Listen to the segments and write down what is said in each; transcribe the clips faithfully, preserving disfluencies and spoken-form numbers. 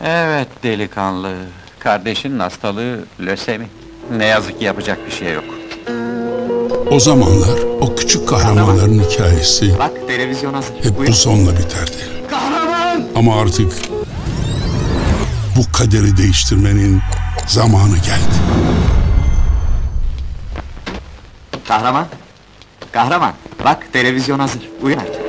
Evet delikanlı. Kardeşinin hastalığı lösemi. Ne yazık ki yapacak bir şey yok. O zamanlar o küçük kahramanların hikayesi Bak televizyon hazır. hep Buyur. bu sonla biterdi. Kahraman! Ama artık bu kaderi değiştirmenin zamanı geldi. Kahraman. Kahraman. Bak televizyon hazır. Uyan artık.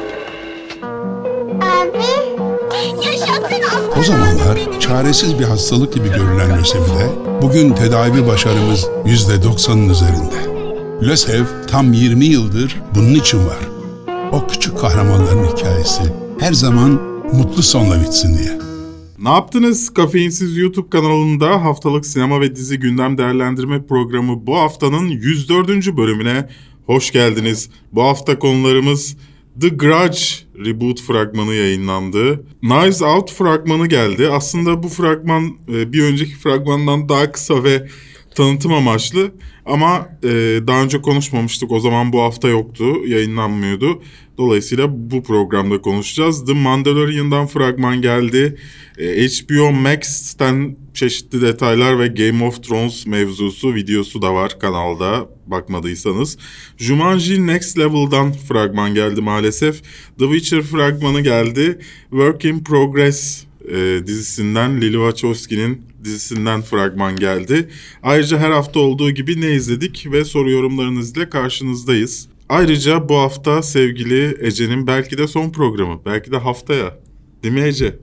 O zamanlar çaresiz bir hastalık gibi görülen lösemide bugün tedavi başarımız yüzde doksanın üzerinde. LÖSEV tam yirmi yıldır bunun için var. O küçük kahramanların hikayesi her zaman mutlu sonla bitsin diye. Ne yaptınız? Kafeinsiz YouTube kanalında haftalık sinema ve dizi gündem değerlendirme programı bu haftanın yüz dördüncü bölümüne hoş geldiniz. Bu hafta konularımız The Grudge reboot fragmanı yayınlandı. Knives Out fragmanı geldi. Aslında bu fragman bir önceki fragmandan daha kısa ve tanıtım amaçlı. Ama daha önce konuşmamıştık. O zaman bu hafta yoktu, yayınlanmıyordu. Dolayısıyla bu programda konuşacağız. The Mandalorian'dan fragman geldi. H B O Max'ten çeşitli detaylar ve Game of Thrones mevzusu, videosu da var kanalda bakmadıysanız. Jumanji Next Level'dan fragman geldi maalesef. The Witcher fragmanı geldi. Work in Progress e, dizisinden, Lily Wachowski'nin dizisinden fragman geldi. Ayrıca her hafta olduğu gibi ne izledik ve soru yorumlarınızla karşınızdayız. Ayrıca bu hafta sevgili Ece'nin belki de son programı, belki de haftaya. Değil mi Ece?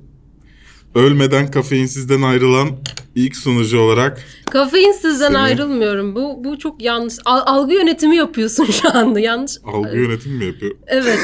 Ölmeden Kafeinsiz'den ayrılan ilk sunucu olarak. Kafeinsiz'den seni... ayrılmıyorum. Bu bu çok yanlış. Al, algı yönetimi yapıyorsun şu anda. Yanlış. Algı yönetimi mi yapıyor? Evet.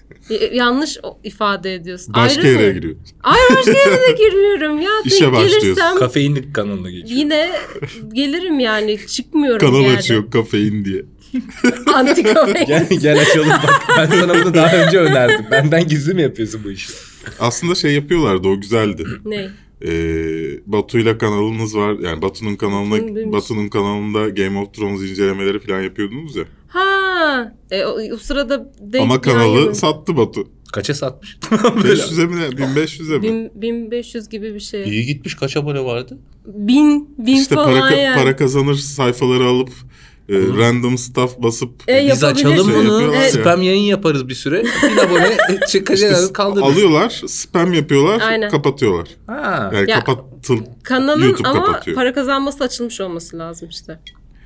yanlış ifade ediyorsun. Başka Ayrılmıyorum. yere giriyor. Hayır başka yere de girmiyorum ya. İşe Tek başlıyorsun. gelirsem Kafeinlik kanalına geçiyor. yine gelirim yani. Çıkmıyorum Kanal yerden. açıyor kafein diye. Anti kafein. Gel, gel açalım bak. Ben sana bunu daha önce önerdim. Benden gizli mi yapıyorsun bu işi? Aslında şey yapıyorlardı, o güzeldi. Ne? Ee, Batu'yla kanalınız var. Yani Batu'nun kanalına Batu'nun Batu'nun kanalında Game of Thrones incelemeleri falan yapıyordunuz ya. Ha, e, o, o sırada denk Ama kanalı yani, sattı Batu. Kaça satmış? beş yüze mi ne? bin beş yüze mi? bin, bin beş yüz gibi bir şey. İyi gitmiş. Kaç abone vardı? Bin, bin İşte falan para, yani. para kazanır sayfaları alıp e, random stuff basıp E, Biz açalım yapabilirsin. bunu. Evet. Spam yayın yaparız bir süre. Bin abone çıkacağız. işte Kaldırırız. alıyorlar, spam yapıyorlar, Aynen. kapatıyorlar. Ha. Yani Ya, kapatıl Kanalın YouTube ama kapatıyor. para kazanması açılmış olması lazım işte.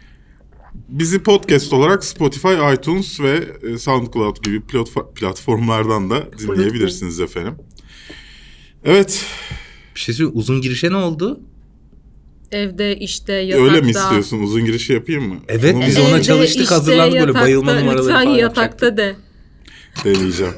Bizi podcast olarak Spotify, iTunes ve SoundCloud gibi platform, platformlardan da dinleyebilirsiniz efendim. Evet. Bir şey söyleyeyim. Uzun girişe ne oldu? Evde, işte, yatakta. Öyle mi istiyorsun? Uzun girişi yapayım mı? Evet, Onu biz bir ona Evde, çalıştık, işte, hazırlandık böyle yatakta, bayılma numaraları lütfen falan yatakta yapacaktık. de. deneyeceğim.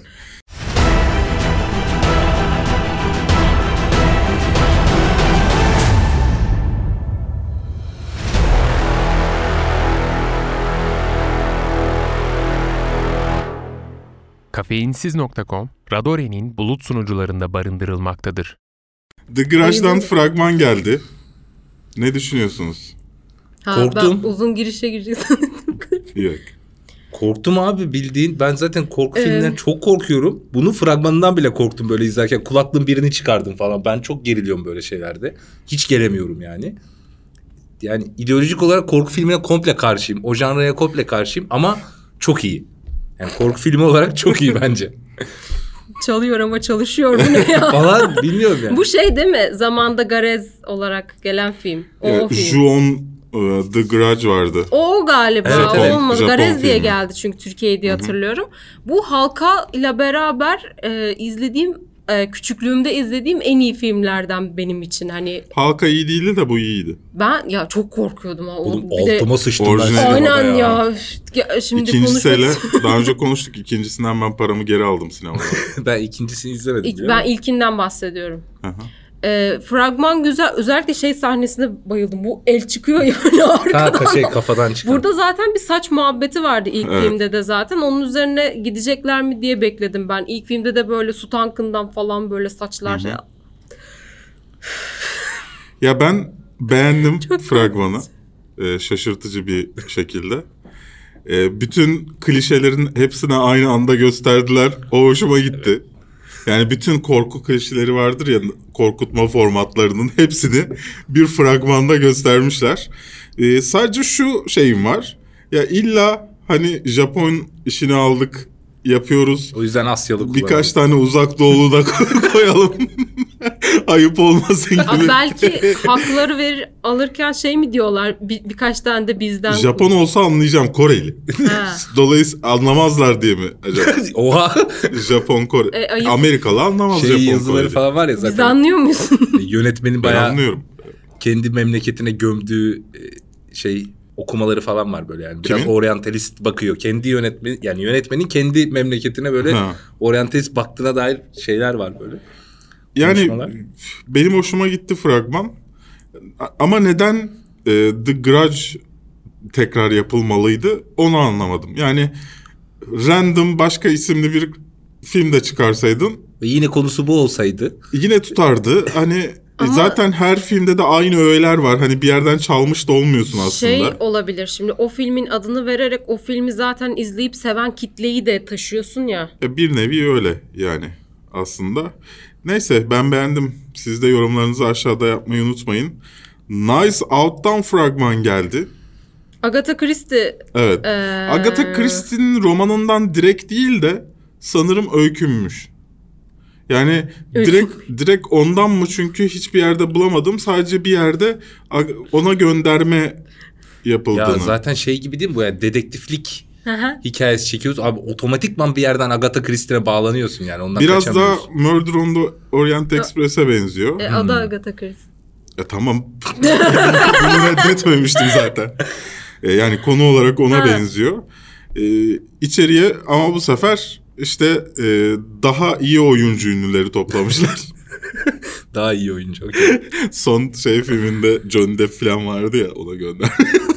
Kafeinsiz nokta com, Radore'nin bulut sunucularında barındırılmaktadır. The Grudge'dan fragman geldi. Ne düşünüyorsunuz? Ha, Korktum. Ben uzun girişe gireceksin. Yok. Korktum abi, bildiğin. Ben zaten korku Ee, filmlerinden çok korkuyorum. Bunun fragmanından bile korktum böyle izlerken. Kulaklığın birini çıkardım falan. Ben çok geriliyorum böyle şeylerde. Hiç gelemiyorum yani. Yani ideolojik olarak korku filmine komple karşıyım. O janraya komple karşıyım ama çok iyi. Yani korku filmi olarak çok iyi bence. Çalıyor ama çalışıyor bu ne ya? Falan bilmiyorum yani. Bu şey değil mi? Zamanda Garez olarak gelen film. O, o film. Ju-on uh, The Grudge vardı. O galiba. Evet, evet. Olmadı. Japon Garez diye filmi. geldi çünkü Türkiye'ye diye hatırlıyorum. Bu halka ile beraber e, izlediğim, e, küçüklüğümde izlediğim en iyi filmlerden benim için. Hani Halka iyi değildi de bu iyiydi. ben ya çok korkuyordum. Ha. O Oğlum bir de- altıma sıçtım ben. Orijinal. sinemada Aynen ya. ya. Şimdi İkincisiyle konuşmak daha önce konuştuk. İkincisinden ben paramı geri aldım sinemada. Ben ikincisini izlemedim. İlk- değil ben mi? ilkinden bahsediyorum. Hı hı. Ee, fragman güzel. Özellikle şey sahnesine bayıldım. Bu el çıkıyor ya böyle arkadan. Ha, şey kafadan çıkan. Burada zaten bir saç muhabbeti vardı ilk Evet. filmde de zaten. Onun üzerine gidecekler mi diye bekledim ben. İlk filmde de böyle su tankından falan böyle saçlar şey. Ya ben beğendim Çok fragmanı. Ee, şaşırtıcı bir şekilde. Ee, bütün klişelerin hepsini aynı anda gösterdiler. O hoşuma gitti. Yani bütün korku klişeleri vardır ya, korkutma formatlarının hepsini bir fragmanda göstermişler. Ee, sadece şu şeyim var. Ya illa hani Japon işini aldık, yapıyoruz. O yüzden Asyalı kullanalım. Birkaç tane uzak doğulu da koyalım. Ayıp olmasın gibi. Abi belki hakları verir alırken şey mi diyorlar, bir, birkaç tane de bizden. Japon olsa anlayacağım, Koreli. Ha. Dolayısıyla anlamazlar diye mi acaba? Oha. Japon, Kore. E, ayıp. Amerikalı anlamaz Şey Japon, yazıları Koreli. falan var ya Biz zaten. anlıyor musun? Yönetmenin Ben bayağı anlıyorum. kendi memleketine gömdüğü e, şey okumaları falan var böyle yani. Biraz Kimin? oryantalist bakıyor. Kendi yönetmeni, yani yönetmenin kendi memleketine böyle Ha. oryantalist baktığına dair şeyler var böyle. Yani Konuşmalar. benim hoşuma gitti fragman. Ama neden e, The Grudge tekrar yapılmalıydı onu anlamadım. Yani random başka isimli bir film de çıkarsaydın Ve yine konusu bu olsaydı. yine tutardı. Hani Ama- zaten her filmde de aynı öğeler var. Hani bir yerden çalmış da olmuyorsun aslında. Şey olabilir şimdi, o filmin adını vererek o filmi zaten izleyip seven kitleyi de taşıyorsun ya. E, bir nevi öyle yani aslında. Neyse, ben beğendim. Siz de yorumlarınızı aşağıda yapmayı unutmayın. Nice Out'tan fragman geldi. Agatha Christie. Evet. Ee, Agatha Christie'nin romanından direkt değil de sanırım öykünmüş. Yani Öykü. direkt direkt ondan mı, çünkü hiçbir yerde bulamadım. Sadece bir yerde ona gönderme yapıldığını. Ya zaten şey gibi değil mi bu yani, dedektiflik Hı hı. hikayesi çekiyoruz. Abi otomatikman bir yerden Agatha Christie'ne bağlanıyorsun yani. Ondan Biraz da kaçamıyorsun. Murder on the Orient Express'e benziyor. E, adı Agatha Christie. E tamam. Bunu reddetmemiştim zaten. E, yani konu olarak ona Ha. benziyor. E, içeriye ama bu sefer işte e, daha iyi oyuncu ünlüleri toplamışlar. Daha iyi oyuncu. Okay. Son şey filminde Johnny Depp falan vardı ya, ona gönder.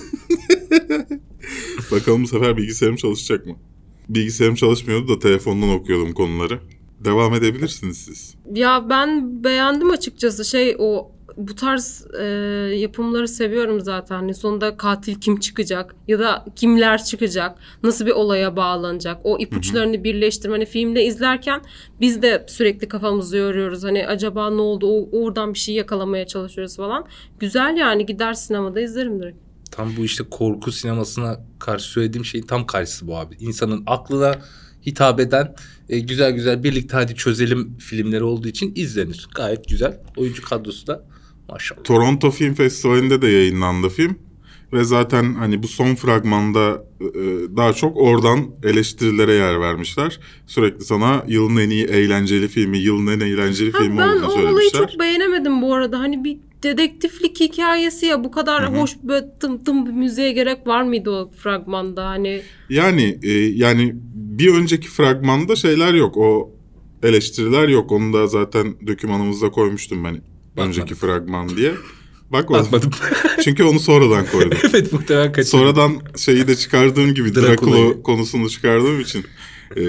Bakalım bu sefer bilgisayarım çalışacak mı? Bilgisayarım çalışmıyordu da telefondan okuyordum konuları. Devam edebilirsiniz siz. Ya ben beğendim açıkçası, şey o bu tarz e, yapımları seviyorum zaten. Hani sonunda katil kim çıkacak ya da kimler çıkacak, nasıl bir olaya bağlanacak, o ipuçlarını birleştirme. Hani filmde izlerken biz de sürekli kafamızı yoruyoruz. Hani acaba ne oldu, o, oradan bir şey yakalamaya çalışıyoruz falan. Güzel yani, gider sinemada izlerim direkt. Tam bu işte korku sinemasına karşı söylediğim şeyin tam karşısı bu abi. İnsanın aklına hitap eden e, güzel güzel birlikte hadi çözelim filmleri olduğu için izlenir. Gayet güzel. Oyuncu kadrosu da maşallah. Toronto Film Festivali'nde de yayınlandı film. Ve zaten hani bu son fragmanda e, daha çok oradan eleştirilere yer vermişler. Sürekli sana yılın en iyi eğlenceli filmi, yılın en eğlenceli Ha, filmi ben olduğunu o olayı söylemişler. çok beğenemedim bu arada. Hani bir dedektiflik hikayesi ya, bu kadar Hı hı. hoş böyle tım tım bir müziğe gerek var mıydı o fragmanda hani? Yani e, yani bir önceki fragmanda şeyler yok. O eleştiriler yok. Onu da zaten dokümanımızda koymuştum ben. Önceki fragman diye. Bakmadım. Bakmadım. Çünkü onu sonradan koydum. Evet, muhtemelen kaçırdım. Sonradan şeyi de çıkardığım gibi Dracula Dracula'yı. konusunu çıkardığım için. Ee,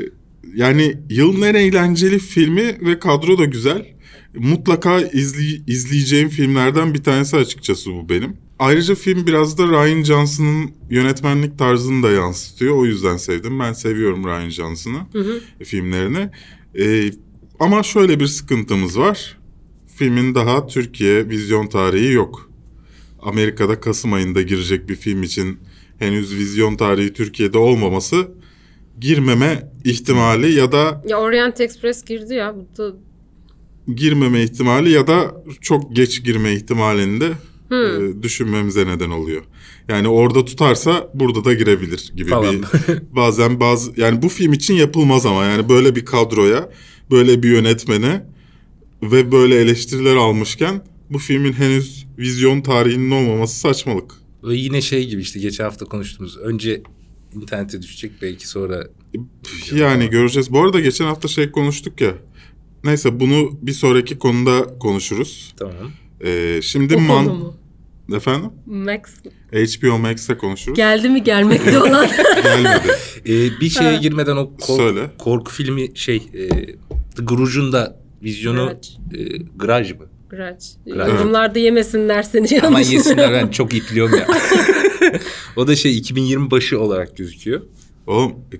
yani yılın en eğlenceli filmi ve kadro da güzel. Mutlaka izley- izleyeceğim filmlerden bir tanesi açıkçası bu benim. Ayrıca film biraz da Rian Johnson'ın yönetmenlik tarzını da yansıtıyor. O yüzden sevdim. Ben seviyorum Rian Johnson'ı, Hı hı. filmlerini. Ee, ama şöyle bir sıkıntımız var. Filmin daha Türkiye vizyon tarihi yok. Amerika'da Kasım ayında girecek bir film için henüz vizyon tarihi Türkiye'de olmaması girmeme ihtimali ya da Ya Orient Express girdi ya. Bu da... girmeme ihtimali ya da çok geç girme ihtimalini de Hmm. e, düşünmemize neden oluyor. Yani orada tutarsa burada da girebilir gibi Falan. bir bazen bazı yani bu film için yapılmaz ama yani böyle bir kadroya, böyle bir yönetmene ve böyle eleştiriler almışken bu filmin henüz vizyon tarihinin olmaması saçmalık. O yine şey gibi işte geçen hafta konuştuğumuz. Önce internete düşecek, belki sonra. Yani göreceğiz. Bu arada geçen hafta şey konuştuk ya. Neyse, bunu bir sonraki konuda konuşuruz. Tamam. Ee, şimdi O man... konu mu? Efendim? Max H B O Max'te konuşuruz. geldi mi gelmekte olan? Gelmedi. Ee, bir şeye girmeden o kork- Söyle. korku filmi şey e, The Grudge'un da vizyonu Grudge. e, Grudge mı? Grudge. Grudge. Yorumlarda yemesinler seni. Aman yanlış. yesinler, ben çok ipliyorum ya. O da şey iki bin yirmi başı olarak gözüküyor. Oğlum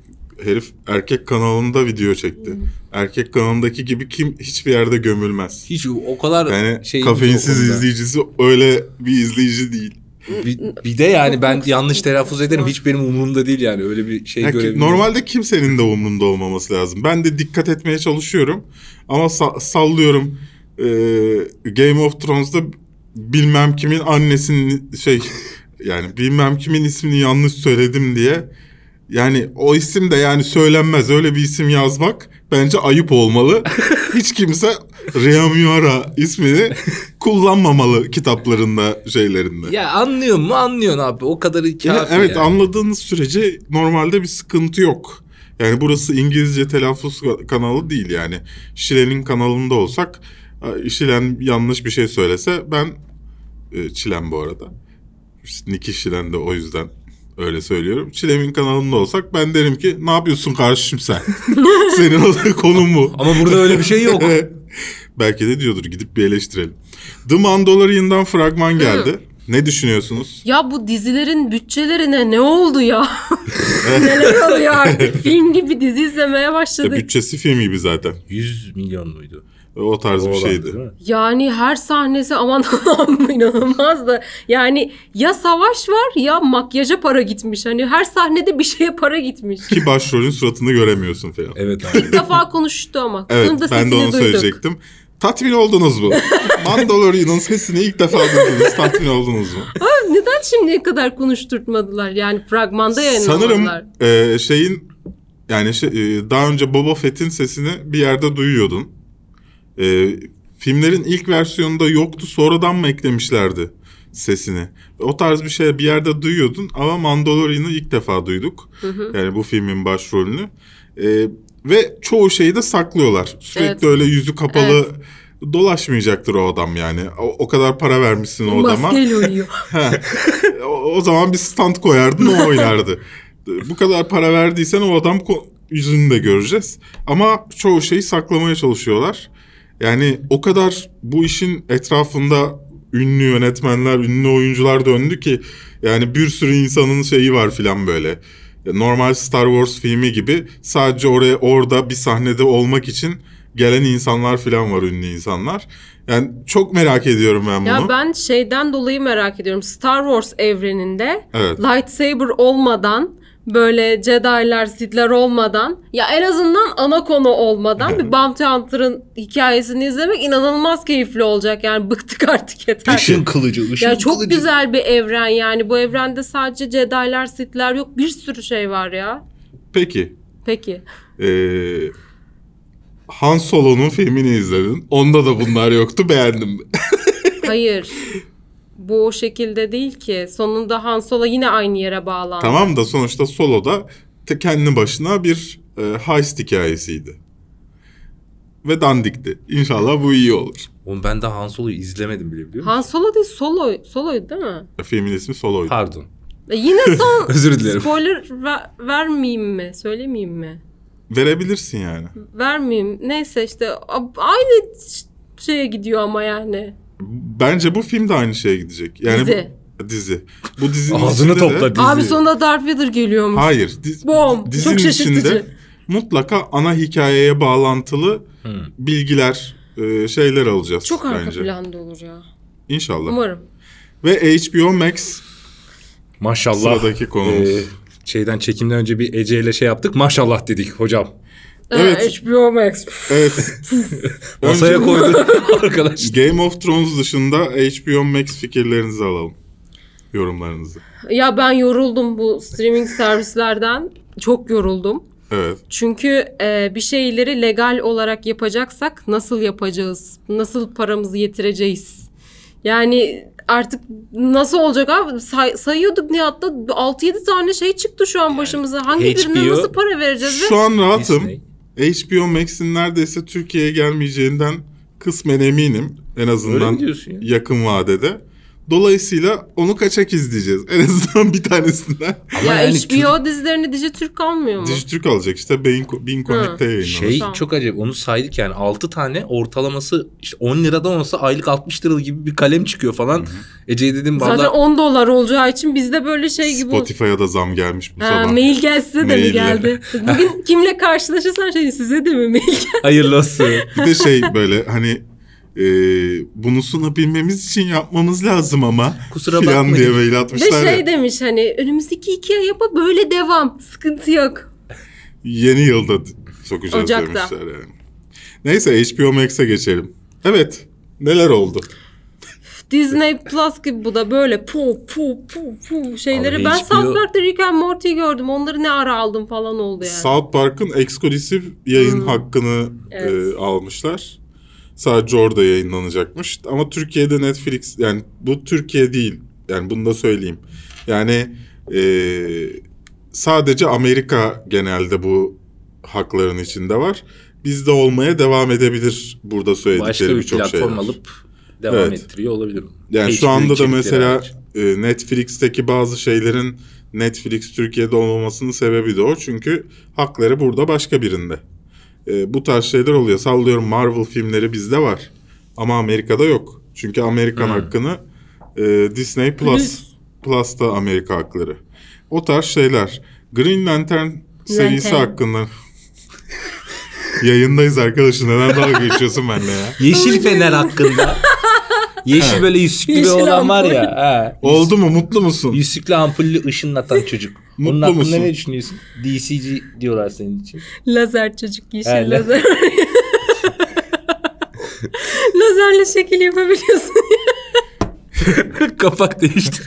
herif erkek kanalında video çekti. Hmm. Erkek kanalındaki gibi kim hiçbir yerde gömülmez. Hiç o kadar Yani şey kafeinsiz izleyicisi öyle bir izleyici değil. Bir, bir de yani Çok ben çok yanlış sıkıntı. telaffuz ederim. Hiç benim umurumda değil yani. Öyle bir şey Yani ki- görebilmiyorum. normalde kimsenin de umrunda olmaması lazım. Ben de dikkat etmeye çalışıyorum. Ama sa- sallıyorum. Ee, Game of Thrones'da bilmem kimin annesinin şey yani bilmem kimin ismini yanlış söyledim diye. Yani o isim de yani söylenmez. Öyle bir isim yazmak bence ayıp olmalı. Hiç kimse Rhaenyra ismini kullanmamalı kitaplarında, şeylerinde. Ya anlıyor mu? Anlıyorsun abi. O kadarı kafi Ya evet, yani. anladığınız sürece normalde bir sıkıntı yok. Yani burası İngilizce telaffuz ka- kanalı değil yani. Şile'nin kanalında olsak Şilen yanlış bir şey söylese ben e, Çilen bu arada. Niki Şilen de o yüzden öyle söylüyorum. Çilem'in kanalında olsak ben derim ki ne yapıyorsun kardeşim sen? Senin o konun bu. Ama burada öyle bir şey yok. Belki de diyordur, gidip bir eleştirelim. The Mandalorian'dan fragman geldi. Ne düşünüyorsunuz? Ya bu dizilerin bütçelerine ne oldu ya? Neler oluyor artık? Film gibi dizi izlemeye E, başladık. bütçesi film gibi zaten. yüz milyon muydu? O tarz O bir olan, şeydi. değil mi? Yani her sahnesi aman Allah'ım inanılmaz da. Yani ya savaş var ya makyaja para gitmiş. Hani her sahnede bir şeye para gitmiş. Ki başrolün suratını göremiyorsun falan. Evet abi. İlk defa konuştu ama. Evet, Bunu da ben de sesini onu duyduk. söyleyecektim. Tatmin oldunuz mu? Mandalorian'ın sesini ilk defa duydunuz. Tatmin oldunuz mu? Neden şimdiye kadar konuşturtmadılar? Yani fragmanda yayınlamadılar. Sanırım e, şeyin yani şey, e, daha önce Boba Fett'in sesini bir yerde duyuyordun. E, filmlerin ilk versiyonunda yoktu. Sonradan mı eklemişlerdi sesini? O tarz bir şey bir yerde duyuyordun ama Mandalorian'ı ilk defa duyduk. Hı hı. Yani bu filmin başrolünü. E, ve çoğu şeyi de saklıyorlar. Sürekli Evet. öyle yüzü kapalı Evet. dolaşmayacaktır o adam yani. O, o kadar para vermişsin o adama. Maskeyle uyuyor. o, o zaman bir stand koyardın, o oynardı. Bu kadar para verdiysen o adam ko- yüzünü de göreceğiz. Ama çoğu şeyi saklamaya çalışıyorlar. Yani o kadar bu işin etrafında ünlü yönetmenler, ünlü oyuncular döndü ki yani bir sürü insanın şeyi var filan böyle. Normal Star Wars filmi gibi sadece oraya orada bir sahnede olmak için gelen insanlar filan var, ünlü insanlar. Yani çok merak ediyorum ben bunu. Ya ben şeyden dolayı merak ediyorum. Star Wars evreninde Evet. lightsaber olmadan, böyle Jedi'lar, Sith'ler olmadan, ya en azından ana konu olmadan bir Bounty Hunter'ın hikayesini izlemek inanılmaz keyifli olacak. Yani bıktık artık yeter. Işın kılıcı, ışın Ya çok kılıcı. güzel bir evren yani. Bu evrende sadece Jedi'lar, Sith'ler yok. Bir sürü şey var ya. Peki. Peki. Ee, Han Solo'nun filmini izledin. Onda da bunlar yoktu. Beğendin mi? Hayır. Bu o şekilde değil ki. Sonunda Han Solo yine aynı yere bağlandı. Tamam da sonuçta Solo'da te- kendi başına bir e, heist hikayesiydi. Ve dandikti. İnşallah bu iyi olur. Oğlum ben daha Han Solo'yu izlemedim bile biliyor musun? Han Solo değil, Solo. Solo'ydu değil mi? Filmin ismi Solo'ydu. Pardon. E yine son Özür dilerim. spoiler ver- vermeyeyim mi? Söylemeyeyim mi? Verebilirsin yani. Vermeyeyim. Neyse işte a- aynı şeye gidiyor ama yani. Bence bu film de aynı şeye gidecek. Yani Dizi. Bu, dizi. Bu dizinin Ağzını içinde de- topla dizi. Abi sonunda Darth Vader geliyormuş. Hayır. Diz, Bom. dizinin Çok şaşırtıcı. içinde mutlaka ana hikayeye bağlantılı Hmm. bilgiler, e, şeyler alacağız Çok arka bence. planda olur ya. İnşallah. Umarım. Ve H B O Max Maşallah. sıradaki konumuz. Ee, şeyden çekimden önce bir Ece ile şey yaptık. Maşallah dedik hocam. Evet. Ha, H B O Max. Evet. Masaya Önce koydu arkadaş. Game of Thrones dışında H B O Max fikirlerinizi alalım. Yorumlarınızı. Ya ben yoruldum bu streaming servislerden. Çok yoruldum. Evet. Çünkü e, bir şeyleri legal olarak yapacaksak nasıl yapacağız? Nasıl paramızı yetireceğiz? Yani artık nasıl olacak abi? Say- sayıyorduk Nihat'ta altı yedi tane şey çıktı şu an başımıza. Hangi H B O birine nasıl para vereceğiz? Şu an rahatım. Disney. H B O Max'in neredeyse Türkiye'ye gelmeyeceğinden kısmen eminim. En Öyle azından mi diyorsun ya? yakın vadede. Dolayısıyla onu kaçak izleyeceğiz. En azından bir tanesinden. Ama ya yani H B O dizilerini Dijitürk almıyor mu? Dijitürk alacak işte. Bein, Bein Connect'te yayınlanır. Şey Tamam. çok acayip, onu saydık yani altı tane ortalaması işte on liradan olsa aylık altmış lira gibi bir kalem çıkıyor falan. Ece'ye dedim Zaten valla on dolar olacağı için bizde böyle şey gibi... Spotify'a da zam gelmiş bu Ha, sabah. mail gelse de mi Maille. geldi? Bugün kimle karşılaşırsan şey size de mi mail geldi? hayırlı olsun. Bir de şey böyle hani e, bunu sunabilmemiz için yapmamız lazım ama Kusura filan bakmayın. diye mail Bir de atmışlar şey ya. demiş hani önümüzdeki iki ay yapa böyle devam. Sıkıntı yok. Yeni yılda d- sokacağız Ocak'ta. demişler yani. Neyse H B O Max'e geçelim. Evet neler oldu? Disney Plus gibi bu da böyle pu pu pu pu şeyleri. Abi ben H B O South Park'ta Rick and Morty'yi gördüm. Onları ne ara aldım falan oldu yani. South Park'ın ekskluzif yayın Hmm. hakkını Evet. e, almışlar. Sadece orada yayınlanacakmış. Ama Türkiye'de Netflix yani bu Türkiye değil. Yani bunu da söyleyeyim. Yani e, sadece Amerika genelde bu hakların içinde var. Bizde olmaya devam edebilir burada Başka söyledikleri bir birçok şeyler. platform alıp devam Evet. ettiriyor olabilir. Yani şu H B O anda da içerikleri mesela hariç. e, Netflix'teki bazı şeylerin Netflix Türkiye'de olmamasının sebebi de o. Çünkü hakları burada başka birinde. E, bu tarz şeyler oluyor. Sallıyorum Marvel filmleri bizde var. Ama Amerika'da yok. Çünkü Amerikan Hmm. hakkını e, Disney Plus. Plus. Plus'ta Amerika hakları. O tarz şeyler. Green Lantern serisi Lantern. hakkında... Yayındayız arkadaşım. Neden dalga geçiyorsun benimle ya? Yeşil Fener hakkında. Yeşil böyle yüzüklü bir Yeşil olan var ampul. ya. Ha. Oldu mu? Mutlu musun? Yüzüklü ampullü ışınlatan çocuk. Bunun Mutlu hakkında musun? ne düşünüyorsun? D C G diyorlar senin için. Lazer çocuk yeşil Evet. lazer. Lazerle şekil yapabiliyorsun. Kapak değiştir.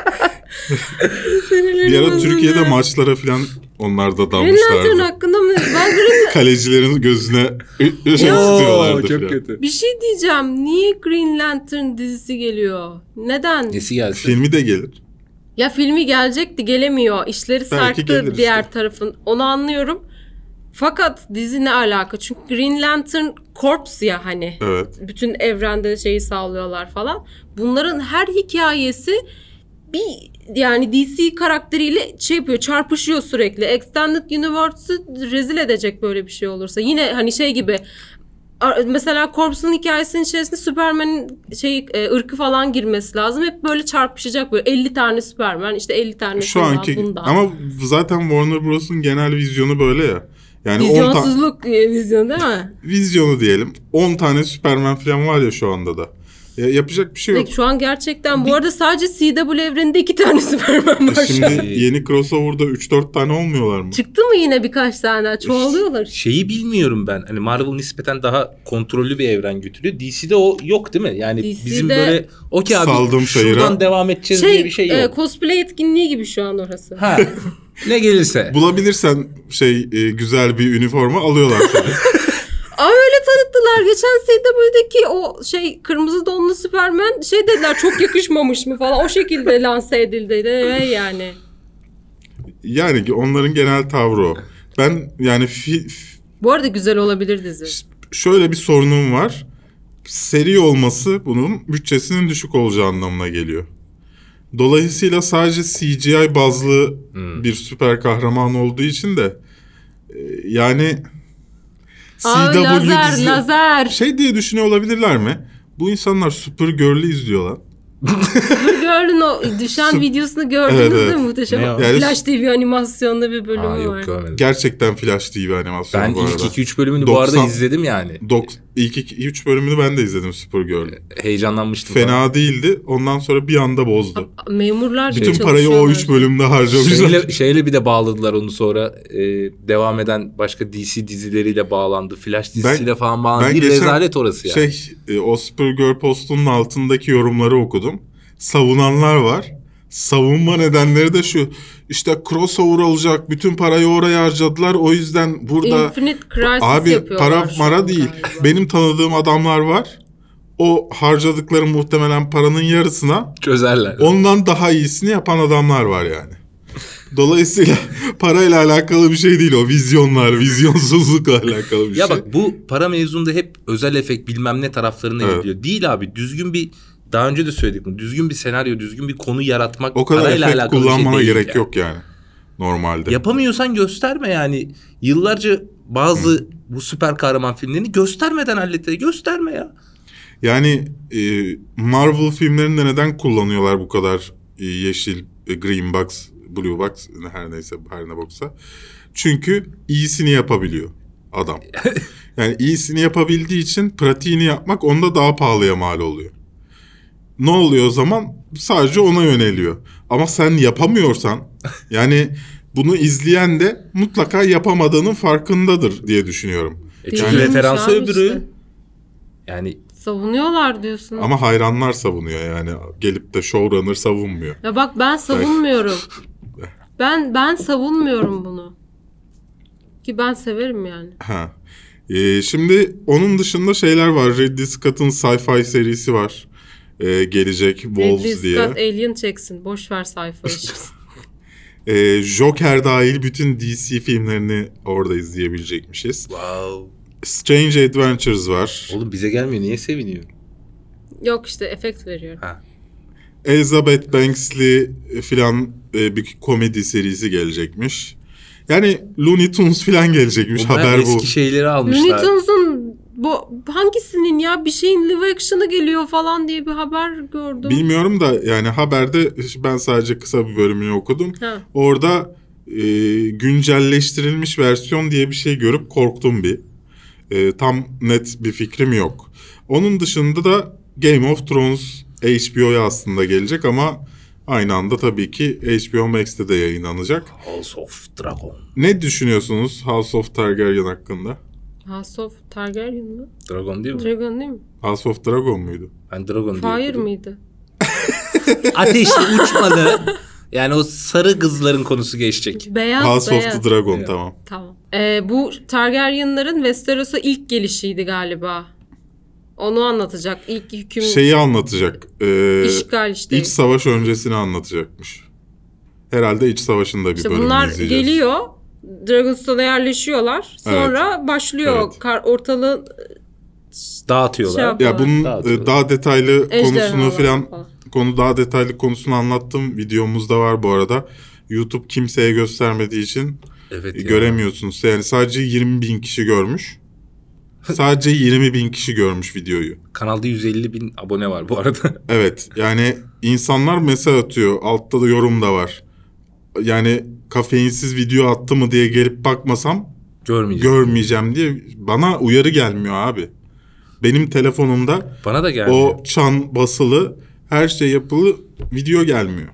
Bir ara Türkiye'de maçlara falan onlar da Green Lantern dalmışlardı. hakkında mı? Ben Green... Kalecilerin gözüne ı- ışık tutuyorlardı çok falan. kötü. Bir şey diyeceğim. Niye Green Lantern dizisi geliyor? Neden? Nesi gelsin? Filmi de gelir. Ya filmi gelecekti, gelemiyor. İşleri Belki gelir sarktı diğer işte. tarafın. Onu anlıyorum. Fakat dizi ne alaka? Çünkü Green Lantern Corps ya hani. Evet. Bütün evrende şeyi sağlıyorlar falan. Bunların her hikayesi bir yani D C karakteriyle şey yapıyor, çarpışıyor sürekli. Extended Universe'ı rezil edecek böyle bir şey olursa. Yine hani şey gibi ar- mesela Corps'un hikayesinin içerisinde Superman'in şey e, ırkı falan girmesi lazım. Hep böyle çarpışacak böyle elli tane Superman, işte elli tane Şu şundan, anki bundan. ama zaten Warner Bros'un genel vizyonu böyle ya. Yani on ta- Vizyonsuzluk e, vizyon değil mi? vizyonu diyelim. on tane Superman falan var ya şu anda da. Ya yapacak bir şey yok. Peki, şu an gerçekten bu arada sadece C W evreninde iki tane Superman var. E Şimdi yeni crossover'da üç dört tane olmuyorlar mı? Çıktı mı yine birkaç tane? Çoğalıyorlar. Şeyi bilmiyorum ben. Hani Marvel nispeten daha kontrollü bir evren götürüyor. D C'de o yok değil mi? Yani D C'de bizim böyle okey abi Saldım şuradan çayıra. devam edeceğiz Şey, diye bir şey yok. e, cosplay etkinliği gibi şu an orası. Ha. Ne gelirse. Bulabilirsen şey e, güzel bir üniforma alıyorlar seni. Aa öyle tanıttılar. Geçen C W'deki o şey kırmızı donlu Superman şey dediler çok yakışmamış mı falan. O şekilde lanse edildi. E, yani. Yani onların genel tavrı o. Ben yani fi- f- Bu arada güzel olabilir dizi. şöyle bir sorunum var. Seri olması bunun bütçesinin düşük olacağı anlamına geliyor. Dolayısıyla sadece C G I bazlı Hmm. bir süper kahraman olduğu için de e, yani Aa, C W lazer, dizi- lazer. şey diye düşünüyor olabilirler mi? Bu insanlar Supergirl'ü izliyorlar. Supergirl'ün o düşen videosunu gördünüz Evet, mü? evet. Muhteşem. Ne o? Yani- Flash T V animasyonda bir bölümü Aa, yok var. görmedim. Gerçekten Flash T V animasyonu Ben bu arada. ilk iki üç bölümünü bu arada doksan izledim yani. Dok- ilk iki üç bölümünü ben de izledim Supergirl'ün. Heyecanlanmıştım. Fena falan. değildi. Ondan sonra bir anda bozdu. Memurlar gibi Bütün parayı o çalışıyorlar. üç bölümde harcamışlar. Şeyle, şeyle bir de bağladılar onu sonra e, devam eden başka D C dizileriyle bağlandı. Flash dizisiyle falan bağlandı. ben Bir geçen rezalet orası ya. Şey, e, o Supergirl postunun altındaki yorumları okudum. Savunanlar var. Savunma nedenleri de şu. İşte crossover olacak. Bütün parayı oraya harcadılar. O yüzden burada Infinite Crisis abi yapıyorlar para şu mara an değil. galiba. Benim tanıdığım adamlar var. O harcadıkları muhtemelen paranın yarısına Çözerler. ondan daha iyisini yapan adamlar var yani. Dolayısıyla parayla alakalı bir şey değil o. Vizyonlar, vizyonsuzlukla alakalı bir Ya şey. bak bu para mevzunda hep özel efekt bilmem ne taraflarına Evet. gidiyor. Değil abi düzgün bir daha önce de söyledik bunu. Düzgün bir senaryo, düzgün bir konu yaratmak O kadar parayla efekt alakalı bir şey kullanmana değil gerek yani. yok yani. Normalde. Yapamıyorsan gösterme yani. Yıllarca bazı Hı. bu süper kahraman filmlerini göstermeden hallettiler. Gösterme ya. Yani e, Marvel filmlerinde neden kullanıyorlar bu kadar e, yeşil, e, green box, blue box, her neyse her ne boksa. Çünkü iyisini yapabiliyor adam. Yani iyisini yapabildiği için pratiğini yapmak onda daha pahalıya mal oluyor. Ne oluyor o zaman? Sadece ona yöneliyor. Ama sen yapamıyorsan yani bunu izleyen de mutlaka yapamadığının farkındadır diye düşünüyorum. E çünkü yani, referansı öbürü. Işte. Yani savunuyorlar diyorsun. Ama hayranlar savunuyor yani. Gelip de showrunner savunmuyor. Ya bak ben savunmuyorum. ben ben savunmuyorum bunu. Ki ben severim yani. Ha. Ee, şimdi onun dışında şeyler var. Ridley Scott'ın sci-fi serisi var. Ee, gelecek Wolves Ridley diye. Scott Alien çeksin. Boş ver sayfa işi. ee, Joker dahil bütün D C filmlerini orada izleyebilecekmişiz. wow. Strange Adventures var. Oğlum bize gelmiyor. Niye seviniyor? Yok işte efekt veriyor. Ha. Elizabeth Banks'li filan e, bir komedi serisi gelecekmiş. Yani Looney Tunes filan gelecekmiş. Onlar haber eski bu. şeyleri almışlar. Looney Tunes'un bu hangisinin ya bir şeyin live action'ı geliyor falan diye bir haber gördüm. Bilmiyorum da yani haberde ben sadece kısa bir bölümünü okudum. Ha. Orada e, güncelleştirilmiş versiyon diye bir şey görüp korktum bir. E, tam net bir fikrim yok. Onun dışında da Game of Thrones H B O'ya aslında gelecek ama aynı anda tabii ki H B O Max'te de yayınlanacak. House of Dragon. Ne düşünüyorsunuz House of Targaryen hakkında? House of Targaryen mı? Dragon değil mi? Dragon değil mi? House of Dragon muydu? Ben Dragon diye Fire okudum. mıydı? Ateşli uçmalı. Yani o sarı kızların konusu geçecek. Beyaz House beyaz. of the Dragon Evet. tamam. Tamam. Ee, bu Targaryenların Westeros'a ilk gelişiydi galiba. Onu anlatacak. İlk hüküm Şeyi anlatacak. E, işgal işte. İç savaş öncesini anlatacakmış. Herhalde iç savaşında bir İşte bölümünü bunlar izleyeceğiz. geliyor. Dragonstone yerleşiyorlar. Sonra başlıyor Evet. kar, ortalığı Dağıtıyorlar. Şey yap- Ya bunun Dağıtıyorlar. e, daha detaylı konusunu ejderhalar filan falan. konu daha detaylı konusunu anlattım. Videomuzda var bu arada. YouTube kimseye göstermediği için Evet e, ya. göremiyorsunuz. Yani sadece yirmi bin kişi görmüş. Sadece yirmi bin kişi görmüş videoyu. Kanalda yüz elli bin abone var bu arada. Evet yani insanlar mesaj atıyor. Altta da yorum da var. Yani kafeinsiz video attı mı diye gelip bakmasam Görmeyeceğim. görmeyeceğim diye bana uyarı gelmiyor abi. Benim telefonumda Bana da gelmiyor. o çan basılı her şey yapılı video gelmiyor.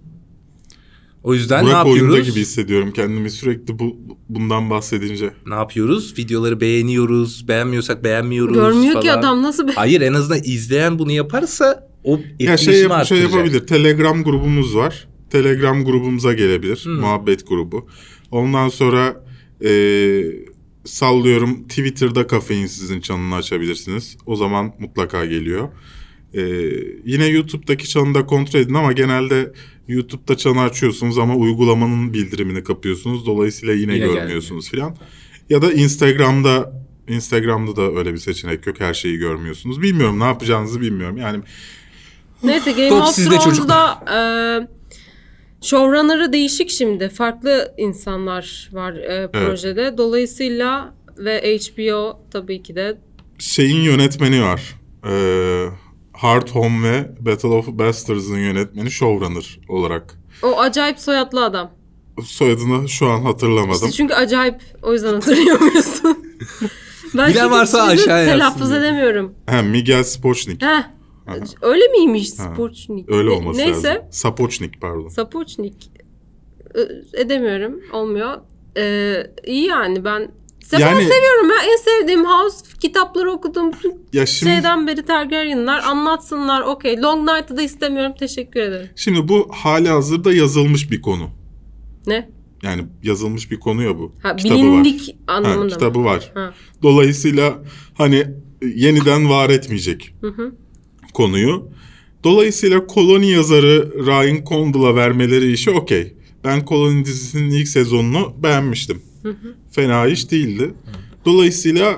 O yüzden ne Burak oyunda yapıyoruz? gibi hissediyorum kendimi sürekli bu bundan bahsedince. Ne yapıyoruz? Videoları beğeniyoruz. Beğenmiyorsak beğenmiyoruz görmüyor falan. ki adam nasıl be- Hayır, en azından izleyen bunu yaparsa o Ya etkileşimi şey, yap, şey arttıracak. yapabilir. Telegram grubumuz var. Telegram grubumuza gelebilir. Hmm. Muhabbet grubu. Ondan sonra e, sallıyorum Twitter'da kafeinsizin çanını açabilirsiniz. O zaman mutlaka geliyor. E, yine YouTube'daki çanı da kontrol edin ama genelde YouTube'da çanı açıyorsunuz ama uygulamanın bildirimini kapıyorsunuz. Dolayısıyla yine, Yine görmüyorsunuz filan. Ya da Instagram'da Instagram'da da öyle bir seçenek yok. Her şeyi görmüyorsunuz. Bilmiyorum, ne yapacağınızı bilmiyorum. Yani Neyse Game Top of sizde Thrones'da e, showrunner'ı değişik şimdi. Farklı insanlar var e, projede. Dolayısıyla ve H B O tabii ki de şeyin yönetmeni var. Ee, Hard Home ve Battle of Bastards'ın yönetmeni showrunner olarak. o acayip soyadlı adam. Soyadını şu an hatırlamadım. İşte çünkü acayip, o yüzden hatırlayamıyorsun. Ben Bilen çünkü varsa sizi aşağı yazsın telaffuz diye. edemiyorum. Ha, Miguel Sapochnik. Heh. Öyle miymiş Ha, Spochnik? Öyle Ne- olması Neyse. lazım. Sapochnik pardon. Sapochnik. Ö- Edemiyorum. Olmuyor. Ee, iyi yani ben Se- ben Yani- seviyorum ya. En sevdiğim House kitapları okudum. Ya şimdi, Şeyden beri Targaryenlar anlatsınlar. Okey. Long Night'ı da istemiyorum. Teşekkür ederim. şimdi bu hali hazırda yazılmış bir konu. Ne? Yani yazılmış bir konu ya bu. Ha, Kitabı bilindik var. anlamında Ha, mı? kitabı var. Ha. Dolayısıyla hani yeniden var etmeyecek konuyu. Dolayısıyla Koloni yazarı Ryan Condal'a vermeleri işi okey. Ben Koloni dizisinin ilk sezonunu beğenmiştim. Fena iş değildi. Dolayısıyla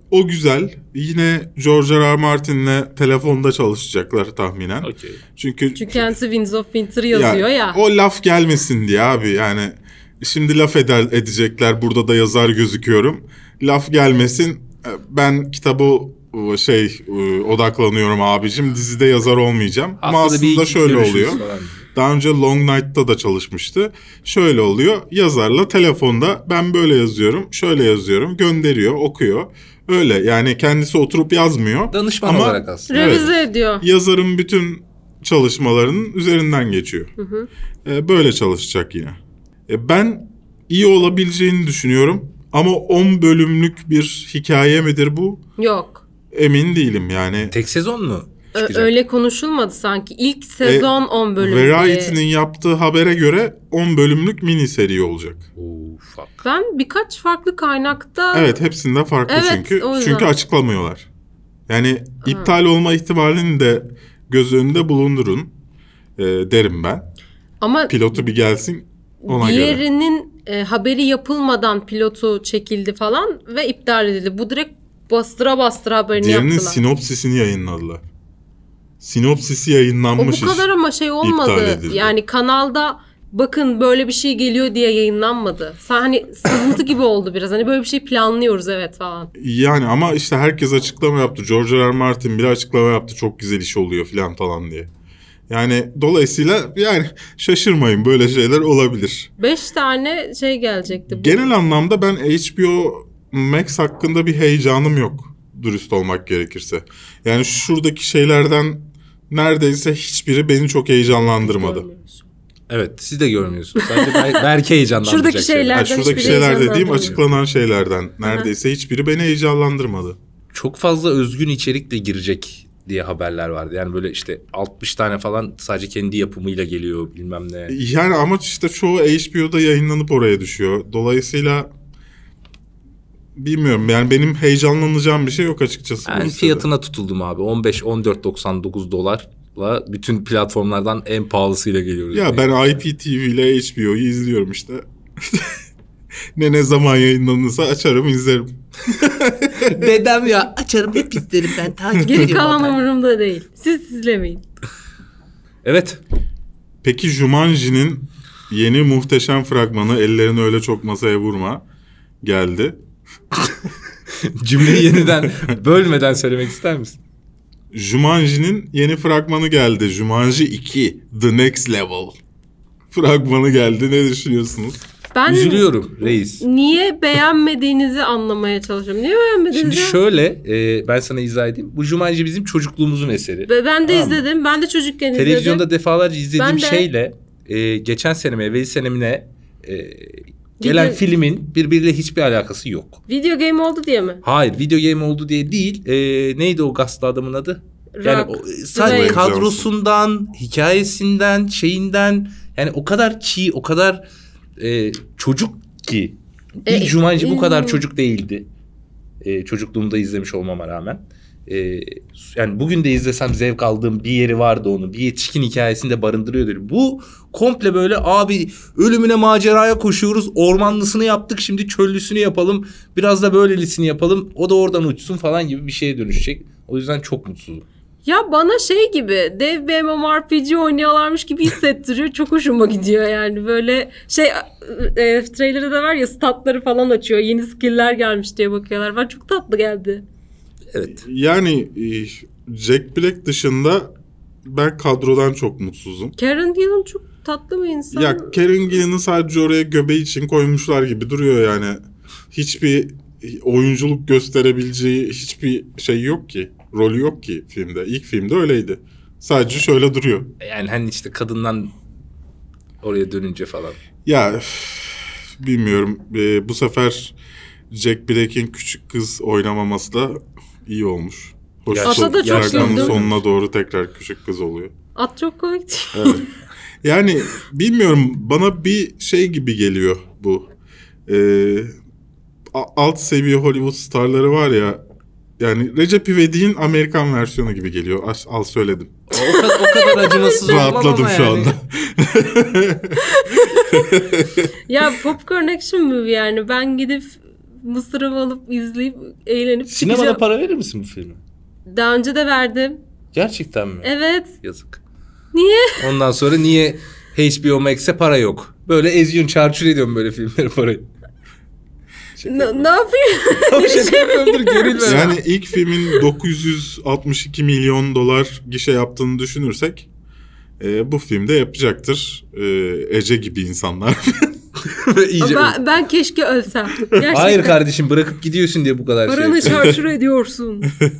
o güzel. Yine George R. R. Martin'le telefonda çalışacaklar tahminen. Okey. Çünkü Çünkü kendisi Winds of Winter yazıyor ya. O laf gelmesin diye abi yani. Şimdi laf eder, edecekler, burada da yazar gözüküyorum. Laf gelmesin, ben kitabı şey odaklanıyorum abicim, dizide yazar olmayacağım. Ama aslında şöyle oluyor. Falan. Daha önce Long Night'ta da çalışmıştı. Şöyle oluyor, yazarla telefonda ben böyle yazıyorum, şöyle yazıyorum, gönderiyor, okuyor. Öyle yani, kendisi oturup yazmıyor. Danışman ama, olarak aslında. Revize evet, ediyor. Yazarın bütün çalışmalarının üzerinden geçiyor. Hı hı. Ee, böyle çalışacak yine. Ee, ben iyi olabileceğini düşünüyorum. Ama on bölümlük bir hikaye midir bu? Yok. Emin değilim yani. Tek sezon mu çıkacak? Öyle konuşulmadı sanki. İlk sezon e, on bölüm diye. Variety'nin yaptığı habere göre on bölümlük mini seri olacak. Oh, fuck. Ben birkaç farklı kaynakta... Evet, hepsinde farklı evet, çünkü. Çünkü açıklamıyorlar. Yani ha. iptal olma ihtimalini de göz önünde bulundurun e, derim ben. Ama pilotu bir gelsin ona diğerinin göre. E, haberi yapılmadan pilotu çekildi falan ve iptal edildi. Bu direkt bastıra bastıra haberini diğerinin yaptılar. Diğerinin sinopsisini yayınladılar. Sinopsisi yayınlanmış. O bu kadar ama şey olmadı. Yani kanalda bakın böyle bir şey geliyor diye yayınlanmadı. Sen hani sızıntı gibi oldu biraz. Hani böyle bir şey planlıyoruz evet falan. Yani ama işte herkes açıklama yaptı. George R. R. Martin bile açıklama yaptı. Çok güzel iş oluyor falan falan diye. Yani dolayısıyla yani şaşırmayın, böyle şeyler olabilir. Beş tane şey gelecekti. Bu. Genel anlamda ben H B O Max hakkında bir heyecanım yok, dürüst olmak gerekirse. Yani şuradaki şeylerden neredeyse hiçbiri beni çok heyecanlandırmadı. Evet, siz de görmüyorsunuz. Sadece belki heyecanlandıracak şuradaki şeylerden, yani şuradaki şeyler dediğim açıklanan şeylerden neredeyse Hı-hı. hiçbiri beni heyecanlandırmadı. Çok fazla özgün içerik de girecek diye haberler vardı. Yani böyle işte altmış tane falan sadece kendi yapımıyla geliyor bilmem ne. Yani ama işte çoğu H B O'da yayınlanıp oraya düşüyor. Dolayısıyla bilmiyorum yani, benim heyecanlanacağım bir şey yok açıkçası. Ben fiyatına tutuldum abi. on beş on dört doksan dokuz dolarla bütün platformlardan en pahalısıyla geliyoruz. Ya diye. ben I P T V ile H B O'yu izliyorum işte. ne ne zaman yayınlanırsa açarım izlerim. Dedem ya, açarım hep izlerim ben, takip ediyorum. Geri kalan umurumda değil. Siz izlemeyin. Evet. Peki Jumanji'nin yeni muhteşem fragmanı, ellerini öyle çok masaya vurma, geldi. Cümleyi yeniden bölmeden söylemek ister misin? Jumanji'nin yeni fragmanı geldi. Jumanji iki The Next Level fragmanı geldi. Ne düşünüyorsunuz? Ben üzülüyorum reis. Niye beğenmediğinizi anlamaya çalışıyorum. Niye beğenmediniz? Şimdi ya? şöyle e, ben sana izah edeyim. Bu Jumanji bizim çocukluğumuzun eseri. Ve ben de tamam izledim. Ben de çocukken izledim. Televizyonda defalarca izlediğim de... şeyle e, geçen seneme, evvel senemine e, gelen video... filmin birbiriyle hiçbir alakası yok. Video game oldu diye mi? Hayır, video game oldu diye değil. E, neydi o gazlı adamın adı? Rock. Yani o, sadece kadrosundan, hikayesinden, şeyinden, yani o kadar çiğ, o kadar e, çocuk ki. İlk e, Jumanji e, bu kadar çocuk değildi. E, çocukluğumda izlemiş olmama rağmen. E, yani bugün de izlesem zevk aldığım bir yeri vardı onun. Bir yetişkin hikayesinde barındırıyordu. Bu komple böyle abi ölümüne maceraya koşuyoruz. Ormanlısını yaptık, şimdi çöllüsünü yapalım. Biraz da böylelisini yapalım. O da oradan uçsun falan gibi bir şeye dönüşecek. O yüzden çok mutsuzum. Ya bana şey gibi dev bir M M O R P G oynuyorlarmış gibi hissettiriyor. Çok hoşuma gidiyor yani, böyle şey e, trailer'da da var ya, statları falan açıyor. Yeni skill'ler gelmiş diye bakıyorlar. Ben çok tatlı geldi. Evet. Yani Jack Black dışında ben kadrodan çok mutsuzum. Karen Gillan çok tatlı bir insan. Ya Karen Gillan'ı sadece oraya göbeği için koymuşlar gibi duruyor yani. Hiçbir oyunculuk gösterebileceği hiçbir şey yok ki. Rolü yok ki filmde. İlk filmde öyleydi. Sadece şöyle duruyor. Yani hani işte kadından oraya dönünce falan. Ya bilmiyorum. Ee, bu sefer Jack Black'in küçük kız oynamaması da iyi olmuş. Hoş Ata da çok güldüm. Sonuna doğru tekrar küçük kız oluyor. At çok komik. Evet. Yani bilmiyorum, bana bir şey gibi geliyor bu. Ee, alt seviye Hollywood starları var ya. Yani Recep İvedik'in Amerikan versiyonu gibi geliyor. Al, al söyledim. O kadar, o kadar acımasız olmam ama rahatladım şu yani. anda. Ya popcorn action movie yani. Ben gidip mısırımı alıp izleyip eğlenip Sinemada çıkacağım. para verir misin bu filme? Daha önce de verdim. Gerçekten mi? Evet. Yazık. Niye? Ondan sonra niye H B O Max'e para yok? Böyle eziyorsun, çarçur ediyorum böyle filmlere parayı. Ne, ne yapayım? Tam şaka yapıyordur, gerilme. Yani ilk filmin dokuz yüz altmış iki milyon dolar gişe yaptığını düşünürsek e, bu filmde yapacaktır. E, Ece gibi insanlar. İyice... ben, ben keşke ölsem. Gerçekten. Hayır kardeşim, bırakıp gidiyorsun diye bu kadar Paranı şey. çarçur ediyorsun.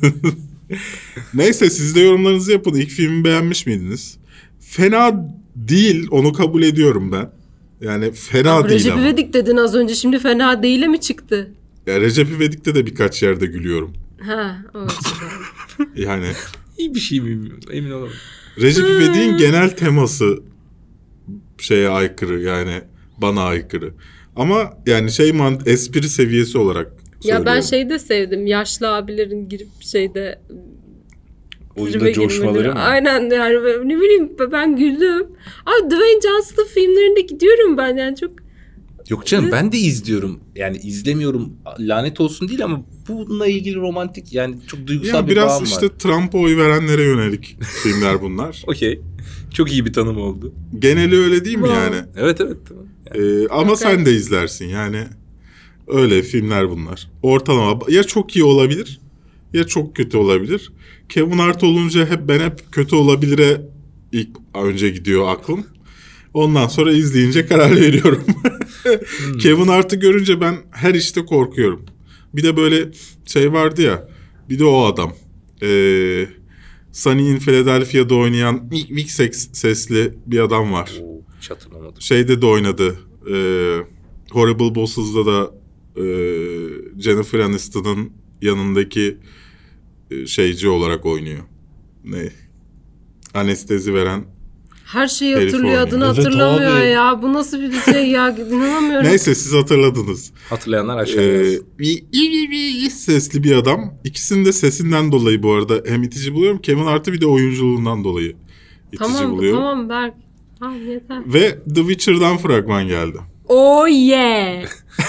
Neyse, siz de yorumlarınızı yapın. İlk filmi beğenmiş miydiniz? Fena değil, onu kabul ediyorum ben. Yani fena Abi, değil Recep ama. İvedik dedin az önce, şimdi fena değile mi çıktı? Ya Recep İvedik'te de birkaç yerde gülüyorum. Ha, evet. Yani İyi bir şey mi bilmiyorum, emin olamam. Recep İvedik'in genel teması şeye aykırı, yani bana aykırı. Ama yani şey man espri seviyesi olarak söylüyorum. Ya ben şeyi de sevdim. Yaşlı abilerin girip şeyde Oyunda tribe coşmaları girmeleri. mı? Aynen, yani ne bileyim, ben güldüm. Abi Dwayne Johnson filmlerinde gidiyorum ben, yani çok. Yok canım, ben de izliyorum. Yani izlemiyorum, lanet olsun değil ama bununla ilgili romantik, yani çok duygusal Ya bir biraz bağım işte var. Trump'a oy verenlere yönelik filmler bunlar. Okey. Çok iyi bir tanım oldu. Geneli öyle değil mi Wow. yani? Evet evet. Tamam. Yani, Ee, ama Okay. sen de izlersin yani. Öyle filmler bunlar. Ortalama. Ya çok iyi olabilir ya çok kötü olabilir. Kevin Hart olunca hep ben hep kötü olabilire ilk önce gidiyor aklım. Ondan sonra izleyince karar veriyorum. hmm. Kevin Hart'ı görünce ben her işte korkuyorum. Bir de böyle şey vardı ya. Bir de o adam. Ee, Sunny in Philadelphia'da oynayan Vic sesli bir adam var. Oo, hiç hatırlamadım. Şeyde de oynadı. E, Horrible Boss'da da e, Jennifer Aniston'ın yanındaki e, şeyci olarak oynuyor. Ne? Anestezi veren. Her şeyi Herif hatırlıyor, oynuyor. adını Evet hatırlamıyor abi. ya. Bu nasıl bir şey ya? İnanamıyorum. Neyse, siz hatırladınız. Hatırlayanlar aşağıya Ee, yazsın. bir, bir, bir sesli bir adam. İkisinin de sesinden dolayı bu arada hem itici buluyorum. Kevin Hart'ı bir de oyunculuğundan dolayı itici Tamam, buluyorum. tamam Berk. Tamam, yeter. Ve The Witcher'dan fragman geldi. Oh yeah.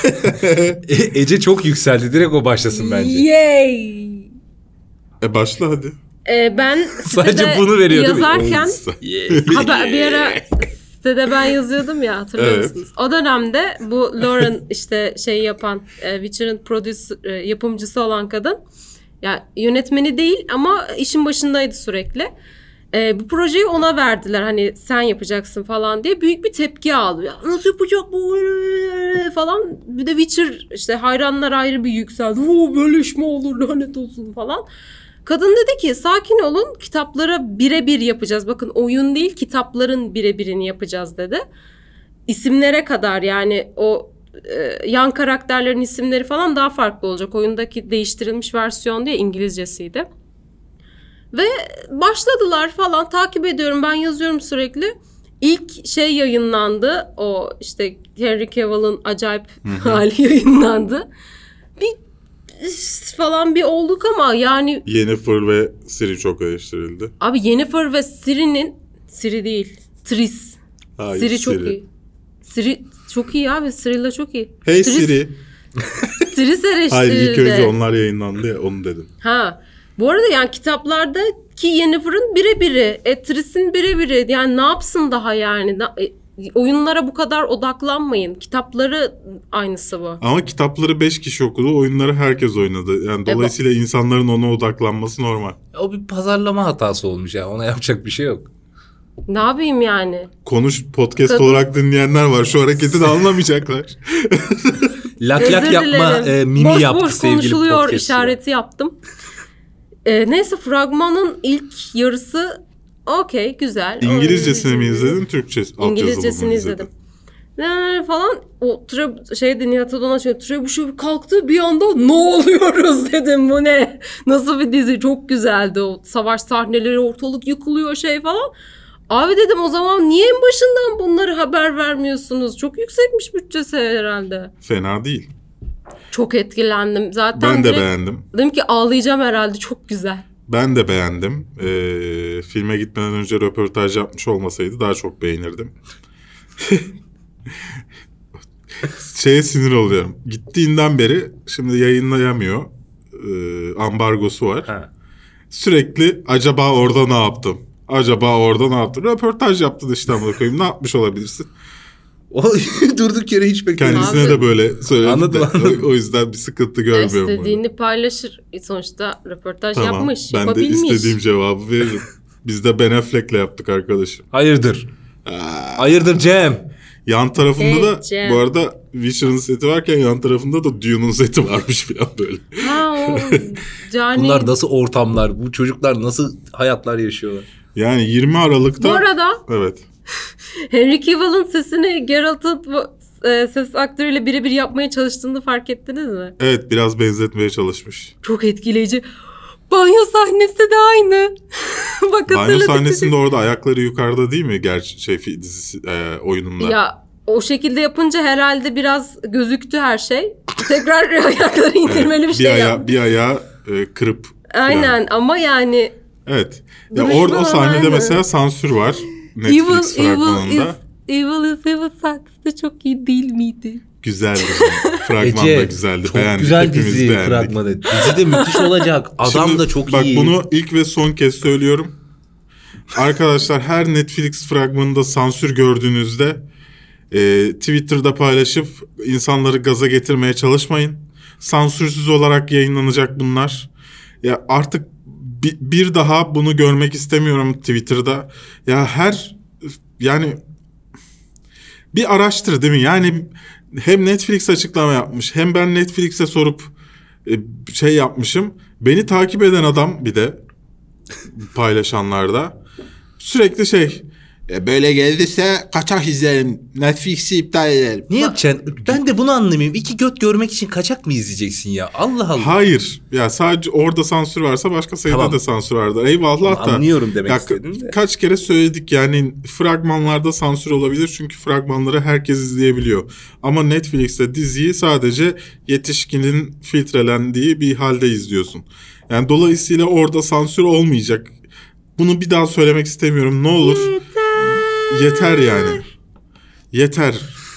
E- Ece çok yükseldi. Direkt o başlasın bence. Yay. E başla hadi. Ee, ben Sadece sitede bunu veriyor değil mi? yazarken Yeah. haber, bir ara sitede ben yazıyordum ya, hatırlıyor Evet. musunuz? O dönemde bu Lauren işte şey yapan, e, Witcher'ın prodüs e, yapımcısı olan kadın, ya yönetmeni değil ama işin başındaydı sürekli. E, bu projeyi ona verdiler, hani sen yapacaksın falan diye, büyük bir tepki aldı. Ya, nasıl yapacak bu falan. Bir de Witcher işte hayranlar ayrı bir yükseldi. Oo, böyle iş mi olur, lanet olsun falan. Kadın dedi ki sakin olun, kitaplara birebir yapacağız. Bakın, oyun değil, kitapların birebirini yapacağız dedi. İsimlere kadar, yani o e, yan karakterlerin isimleri falan daha farklı olacak. Oyundaki değiştirilmiş versiyon diye, İngilizcesiydi. Ve başladılar falan, takip ediyorum, ben yazıyorum sürekli. İlk şey yayınlandı, o işte Henry Cavill'ın acayip hali yayınlandı. Bir falan bir olduk ama yani Yennefer ve Ciri çok eleştirildi. abi Yennefer ve Ciri'nin, Ciri değil Triss. Hayır, Ciri çok Ciri. iyi. Ciri çok iyi abi, Ciri'yle çok iyi. Hey Triss- Siri. Triss eleştirildi. Hayır, ilk önce onlar yayınlandı ya, onu dedim. Ha. Bu arada yani kitaplardaki Yennefer'ın birebiri, e, Triss'in birebiri. Yani ne yapsın daha yani? Na- e, oyunlara bu kadar odaklanmayın. Kitapları aynısı bu. Ama kitapları beş kişi okudu, oyunları herkes oynadı. Yani dolayısıyla insanların ona odaklanması normal. O bir pazarlama hatası olmuş ya. Ona yapacak bir şey yok. Ne yapayım yani? Konuş podcast Kadın- olarak dinleyenler var. Şu hareketi de anlamayacaklar. Lak lak Özür yapma dilerim. e, mimi boş yaptı boş sevgili konuşuluyor podcastçılar. işareti yaptım. E, neyse, fragmanın ilk yarısı okey, güzel. İngilizcesini mi izledin, Türkçe altyazılı mı İngilizcesini izledin? izledim. Ne falan, o tre şeyde Nihat Adonan şey Trebuş'a bir kalktı, bir anda ne oluyoruz dedim, bu ne? Nasıl bir dizi, çok güzeldi o savaş sahneleri, ortalık yıkılıyor şey falan. Abi dedim, o zaman niye en başından bunları haber vermiyorsunuz? Çok yüksekmiş bütçesi herhalde. Fena değil. Çok etkilendim. Zaten Ben de direkt beğendim. dedim ki ağlayacağım herhalde, çok güzel. Ben de beğendim. Ee, filme gitmeden önce röportaj yapmış olmasaydı daha çok beğenirdim. Şeye sinir oluyorum. Gittiğinden beri şimdi yayınlayamıyor. Ee, ambargosu var. Ha. Sürekli acaba orada ne yaptım? Acaba orada ne yaptım? Röportaj yaptın işte amına koyayım. Ne yapmış olabilirsin? O durduk yere hiç beklemedim. Kendisine Abi. de böyle söyledim. Anladım, de. anladım. O yüzden bir sıkıntı görmüyorum. İstediğini paylaşır. Sonuçta röportaj Tamam. yapmış, Ben de yapabilmiş. istediğim cevabı veririm. Biz de Ben Affleck'le yaptık arkadaşım. Hayırdır? Hayırdır Cem? Yan tarafında Hey, da Cem. bu arada Witcher'ın seti varken yan tarafında da Dune'un seti varmış falan böyle. Ha o yani. Bunlar nasıl ortamlar? Bu çocuklar nasıl hayatlar yaşıyorlar? Yani yirmi Aralık'ta... Bu arada Evet. Henry Cavill'ın sesini Geralt'ın bu, e, ses aktörüyle birebir yapmaya çalıştığını fark ettiniz mi? Evet, biraz benzetmeye çalışmış. Çok etkileyici. Banyo sahnesi de aynı. Bak Banyo hatırladık. sahnesinde orada ayakları yukarıda değil mi? Gerçi şey fi- dizisi e, oyununda. Ya o şekilde yapınca herhalde biraz gözüktü her şey. Tekrar ayakları indirmeli bir bir şey aya, yap. bir ayağı e, kırıp. Aynen falan. ama yani Evet. Ya Duruşma orada o sahnede aynı. mesela sansür var. Netflix Evil, evil fragmanında. is, evil is evil sahnesi de çok iyi değil miydi? Güzeldi. Fragman da güzeldi. çok Beğendik. güzel Hepimiz dizi beğendik. fragmanı. Dizi de müthiş olacak. Adam Şimdi da çok bak, iyi. Bak bunu ilk ve son kez söylüyorum. Arkadaşlar her Netflix fragmanında sansür gördüğünüzde e, Twitter'da paylaşıp insanları gaza getirmeye çalışmayın. Sansürsüz olarak yayınlanacak bunlar. Ya artık bi, bir daha bunu görmek istemiyorum Twitter'da. Ya her yani bir araştır değil mi? Yani hem Netflix açıklama yapmış, hem ben Netflix'e sorup e, şey yapmışım. Beni takip eden adam bir de paylaşanlarda sürekli şey e, böyle geldiyse kaçak izlerim, Netflix'i iptal ederim. Ne yapacaksın? Ben de bunu anlamayayım. İki göt görmek için kaçak mı izleyeceksin ya? Allah Allah. Hayır. Ya sadece orada sansür varsa başka sayıda Tamam. da sansür vardır. Eyvallah da. Anlıyorum demek Ya, istedim de. Kaç kere söyledik yani fragmanlarda sansür olabilir çünkü fragmanları herkes izleyebiliyor. Ama Netflix'te diziyi sadece yetişkinin filtrelendiği bir halde izliyorsun. Yani dolayısıyla orada sansür olmayacak. Bunu bir daha söylemek istemiyorum. Ne olur. Yeter. Yeter yani. Yeter.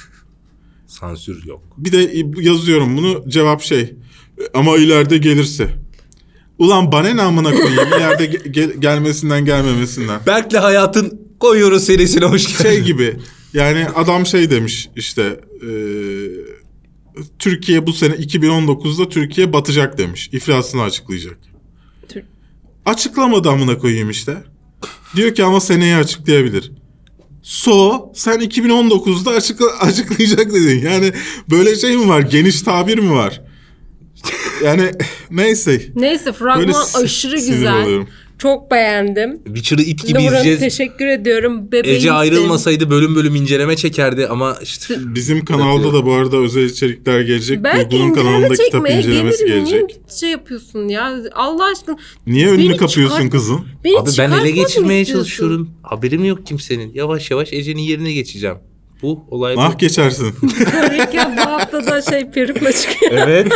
Sansür yok. Bir de yazıyorum bunu, cevap şey. Ama ileride gelirse. Ulan bana ne amına koyayım ileride ge- gel- gelmesinden gelmemesinden. Berk'le Hayatın koyuyoruz serisine hoş geldin. Şey gibi yani adam şey demiş işte e, Türkiye bu sene iki bin on dokuzda Türkiye batacak demiş. İflasını açıklayacak. Tür- Açıklamadı amına koyayım işte. Diyor ki ama seneye açıklayabilir. So sen iki bin on dokuzda açıkla- açıklayacak dedin. Yani böyle şey mi var? Geniş tabir mi var? Yani neyse. Neyse fragman Böyle si- aşırı sinir güzel. oluyorum. Çok beğendim. Witcher'ı it gibi Laura, izleyeceğiz. teşekkür ediyorum. Bebeğim Ece ayrılmasaydı bölüm bölüm inceleme çekerdi ama işte. Bizim kanalda da bu arada özel içerikler gelecek. Belki Duygu'nun inceleme kanalında kitap çekmeye incelemesi gelirim. gelecek. Niye şey yapıyorsun ya? Allah aşkına. Niye önünü Beni kapıyorsun çıkar- kızın? Beni Abi ben çıkartmak ele mı geçirmeye istiyorsun? çalışıyorum. Haberim yok kimsenin. Yavaş yavaş Ece'nin yerine geçeceğim. Bu olay bu. Ah geçersin. Sonraki bu hafta da şey perukla çıkıyor. Evet.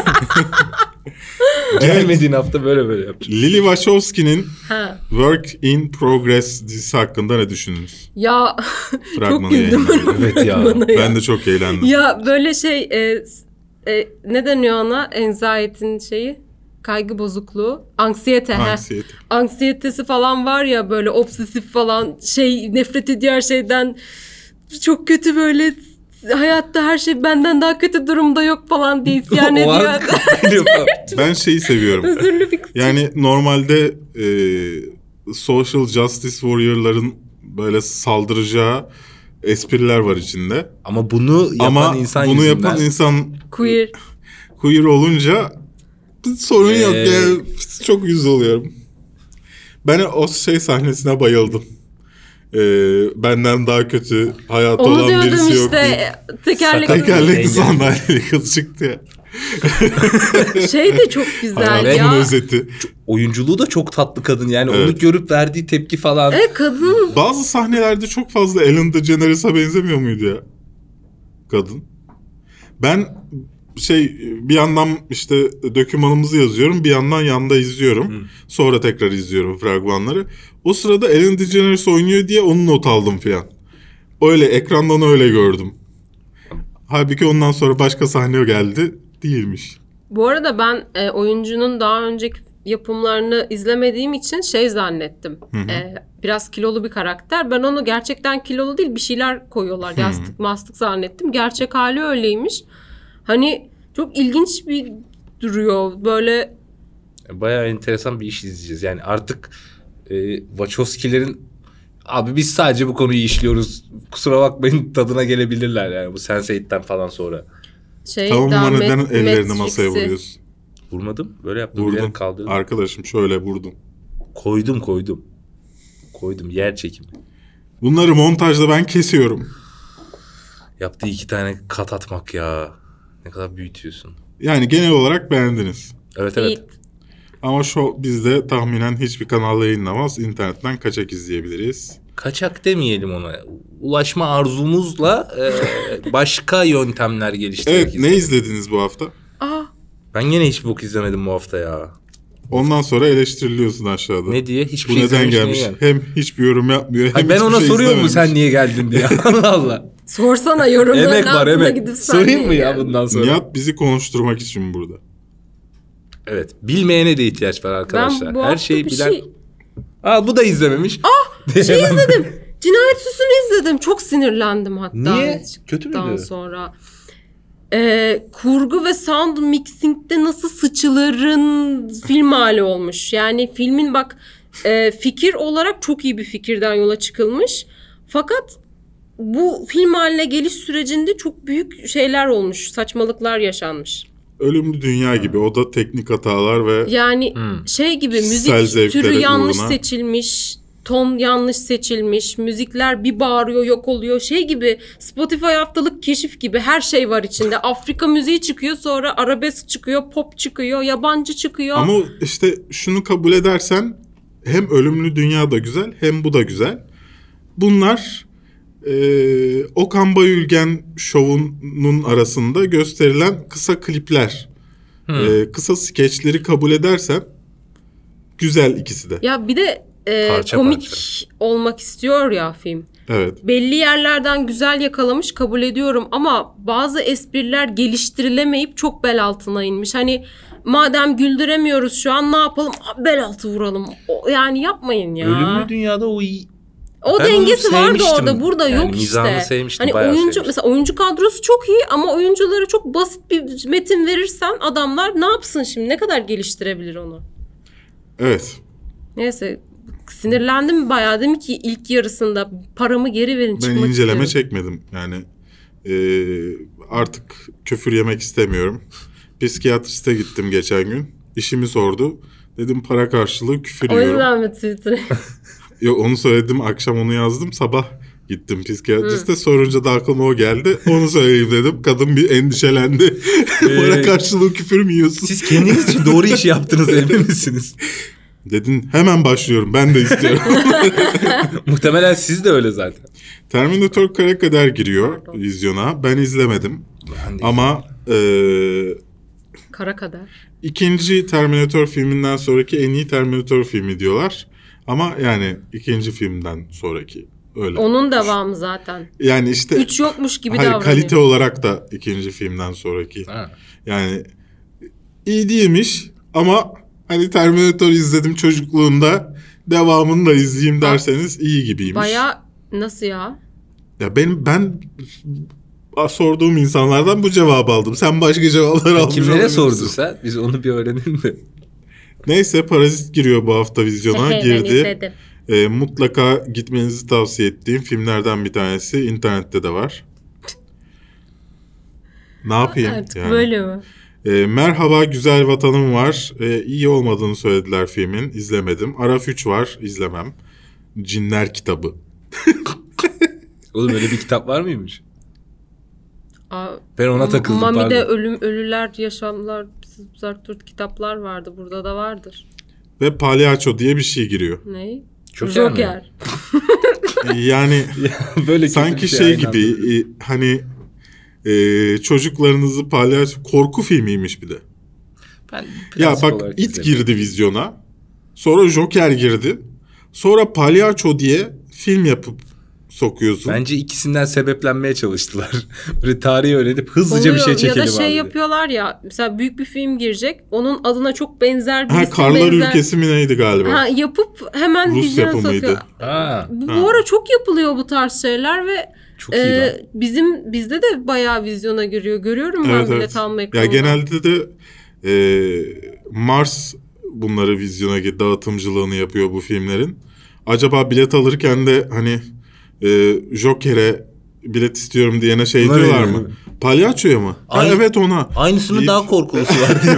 Gelmediğin hafta böyle böyle yapacağım. Lily Wachowski'nin Ha. Work in Progress dizisi hakkında ne düşündünüz? Ya çok Fragmanı güldüm. yayınlandı. Evet ya. Bana ya. Ben de çok eğlendim. Ya böyle şey e, s- e, ne deniyor ona? Anxiety'nin şeyi. Kaygı bozukluğu. Anksiyete. heh. Anksiyete. Anksiyetesi falan var ya böyle obsesif falan şey nefret ediyor her şeyden. Çok kötü böyle hayatta her şey benden daha kötü durumda yok falan diye isyan O an ediyor. geliyor falan. Ben şeyi seviyorum. Özürlü bir kız. Yani normalde e, social justice warrior'ların böyle saldıracağı espriler var içinde. Ama bunu yapan Ama insan bunu yüzünden. yapan insan Queer. queer olunca sorun yok. Ee, Yani çok yüz oluyorum. Ben o şey sahnesine bayıldım. Ee, benden daha kötü hayatı Onu olan diyordum birisi yok diye. işte. Tekerlek. Sakat. Tekerlekli Engel. sandalyeli kız çıktı ya. Şey de çok güzel Hayatımın ya. özeti. Oyunculuğu da çok tatlı kadın. Yani Evet. onu görüp verdiği tepki falan. Evet kadın Bazı sahnelerde çok fazla Ellen DeGeneres'a benzemiyor muydu ya? Kadın. Ben şey bir yandan işte dokümanımızı yazıyorum, bir yandan yanda izliyorum. Hı. Sonra tekrar izliyorum fragmanları. O sırada Ellen DeGeneres oynuyor diye onu not aldım filan. Öyle ekrandan öyle gördüm. Halbuki ondan sonra başka sahne geldi. Değilmiş. Bu arada ben e, oyuncunun daha önceki yapımlarını izlemediğim için şey zannettim. E, biraz kilolu bir karakter. Ben onu gerçekten kilolu değil bir şeyler koyuyorlar. Yastık mastık zannettim. Gerçek hali öyleymiş. Hani çok ilginç bir duruyor. Böyle Bayağı enteresan bir iş izleyeceğiz. Yani artık e, Wachowski'lerin abi biz sadece bu konuyu işliyoruz. Kusura bakmayın tadına gelebilirler yani bu sense eight'ten falan sonra. şey Tamam daha ama neden Mat- ellerini Matrix'i- masaya vuruyorsun? Vurmadım. Böyle yaptım. Vurdun. Bilerek kaldırdım. Arkadaşım şöyle vurdum. Koydum koydum. Koydum yer çekimi. Bunları montajda ben kesiyorum. Yaptığı iki tane kat atmak ya. Ne kadar büyütüyorsun. Yani genel olarak beğendiniz. Evet evet. İyi. Ama şu bizde tahminen hiçbir kanal yayınlamaz. İnternetten kaçak izleyebiliriz. Kaçak demeyelim ona. Ulaşma arzumuzla e, başka yöntemler geliştirmek Evet, ne izlediniz bu hafta? Aa, Ben yine hiç bok izlemedim bu hafta ya. Ondan sonra eleştiriliyorsun aşağıda. Ne diye? Hiçbir Bu şey neden izlemiş gelmiş? miyim? Hem hiçbir yorum yapmıyor hem Hayır, ben hiçbir ona şey soruyorum mu izlememiş. sen niye geldin diye. Allah Allah. sorsana yorumların Emek var altına emek. gidip sen Sorayım niye mı ya geldin? bundan sonra? Nihat bizi konuşturmak için burada. Evet. Bilmeyene de ihtiyaç var arkadaşlar. Ben bu Her hafta şeyi bir bilen... şey- Aa bu da izlememiş. Şey izledim. Cinayet Süsü'nü izledim. Çok sinirlendim hatta. Niye? Kötü Çıktıktan müydü? sonra. Ee, kurgu ve sound mixing'de nasıl sıçıların film hali olmuş. Yani filmin bak e, fikir olarak çok iyi bir fikirden yola çıkılmış. Fakat bu film haline geliş sürecinde çok büyük şeyler olmuş. Saçmalıklar yaşanmış. Ölümlü Dünya gibi o da teknik hatalar ve Yani Hmm. şey gibi Kişisel müzik zevklere türü yanlış uğruna. seçilmiş, ton yanlış seçilmiş, müzikler bir bağırıyor yok oluyor. Şey gibi Spotify haftalık keşif gibi her şey var içinde. Afrika müziği çıkıyor, sonra arabesk çıkıyor, pop çıkıyor, yabancı çıkıyor. ama işte şunu kabul edersen hem Ölümlü Dünya da güzel hem bu da güzel. Bunlar e, Okan Bayülgen şovunun arasında gösterilen kısa klipler. E, kısa skeçleri kabul edersen güzel ikisi de. Ya bir de e, Parça komik parça. olmak istiyor ya film. Evet. Belli yerlerden güzel yakalamış, kabul ediyorum ama bazı espriler geliştirilemeyip çok bel altına inmiş. Hani madem güldüremiyoruz şu an ne yapalım? Aa, bel altı vuralım. O, yani yapmayın ya. Ölümlü Dünya'da o iyi. O Ben onu dengesi vardı sevmiştim. orada, burada Yani yok mizahını işte. sevmiştim, Hani bayağı oyuncu sevmiştim. mesela oyuncu kadrosu çok iyi ama oyunculara çok basit bir metin verirsen adamlar ne yapsın şimdi? Ne kadar geliştirebilir onu? Evet. Neyse sinirlendim bayağı, dedim ki ilk yarısında paramı geri verin, Ben çıkmak inceleme istiyorum. çekmedim. Yani e, artık küfür yemek istemiyorum. Psikiyatriste gittim geçen gün. İşimi sordu. Dedim para karşılığı küfür O yiyorum. yüzden mi Twitter'a? Yok, onu söyledim, akşam onu yazdım, sabah gittim psikiyatriste. Sorunca da aklıma o geldi. Onu söyleyeyim dedim. Kadın bir endişelendi. Para karşılığı küfür mü yiyorsun? Siz kendiniz için doğru işi yaptınız emin misiniz? Dedin hemen başlıyorum, ben de istiyorum. Muhtemelen siz de öyle zaten. Terminator Kara Kader giriyor vizyona. Ben izlemedim. Ben de Ama e, Kara Kader. ikinci Terminator filminden sonraki en iyi Terminator filmi diyorlar. Ama yani ikinci filmden sonraki öyle. Onun devamı zaten. Yani işte Üç yokmuş gibi hayır, davranıyor. kalite olarak da ikinci filmden sonraki. Ha. Yani iyi değilmiş ama hani Terminator izledim çocukluğumda, devamını da izleyeyim derseniz iyi gibiymiş. Baya nasıl ya? Ya benim ben sorduğum insanlardan bu cevabı aldım. Sen başka cevaplar aldın. Kimlere sordun sen? Biz onu bir öğrenelim de. Neyse, Parazit giriyor bu hafta vizyona. Ben Girdi. izledim. Ee, mutlaka gitmenizi tavsiye ettiğim filmlerden bir tanesi. İnternette de var. Ne yapayım? Artık yani? böyle mi? Ee, Merhaba Güzel Vatanım var. Ee, iyi olmadığını söylediler filmin. İzlemedim. Araf üç var. İzlemem. Cinler kitabı. Oğlum öyle bir kitap var mıymış? Aa, Ben ona takıldım, Mami'de pardon. ölüm, ölüler, yaşamlar, Zarturt kitaplar vardı. Burada da vardır. Ve Palyaço diye bir şey giriyor. Ne? Joker mi? Joker. Ee, yani Böyle kötü sanki bir şey aynı gibi anda. e, hani e, çocuklarınızı palyaço, korku filmiymiş bir de. Ben Ya prensip bak, olarak It izlemiyorum. girdi vizyona. Sonra Joker girdi. Sonra Palyaço diye film yapıp sokuyorsun. Bence ikisinden sebeplenmeye çalıştılar. Böyle tarihi öğrenip hızlıca Oluyor. bir şey çekelim Ya da şey abi. yapıyorlar ya, mesela büyük bir film girecek, onun adına çok benzer birisi Ha, Karlar benzer... Ülkesi mi neydi galiba? Ha, yapıp hemen Rus vizyona yapımıydı. sokuyor. Ha, Bu, Ha. bu ara çok yapılıyor bu tarz şeyler ve çok iyi e, lan. bizim bizde de bayağı vizyona giriyor. Görüyorum ben Evet, bilet evet. alma Ya ekranında. genelde de e, Mars bunları vizyona ge- dağıtımcılığını yapıyor bu filmlerin. Acaba bilet alırken de hani e, Joker'e bilet istiyorum diyene şey Buna diyorlar veriyor, mı? Palyaçoya mı? Ha, Aynı- evet ona. Aynısının Deyip- daha korkulusu var diyor.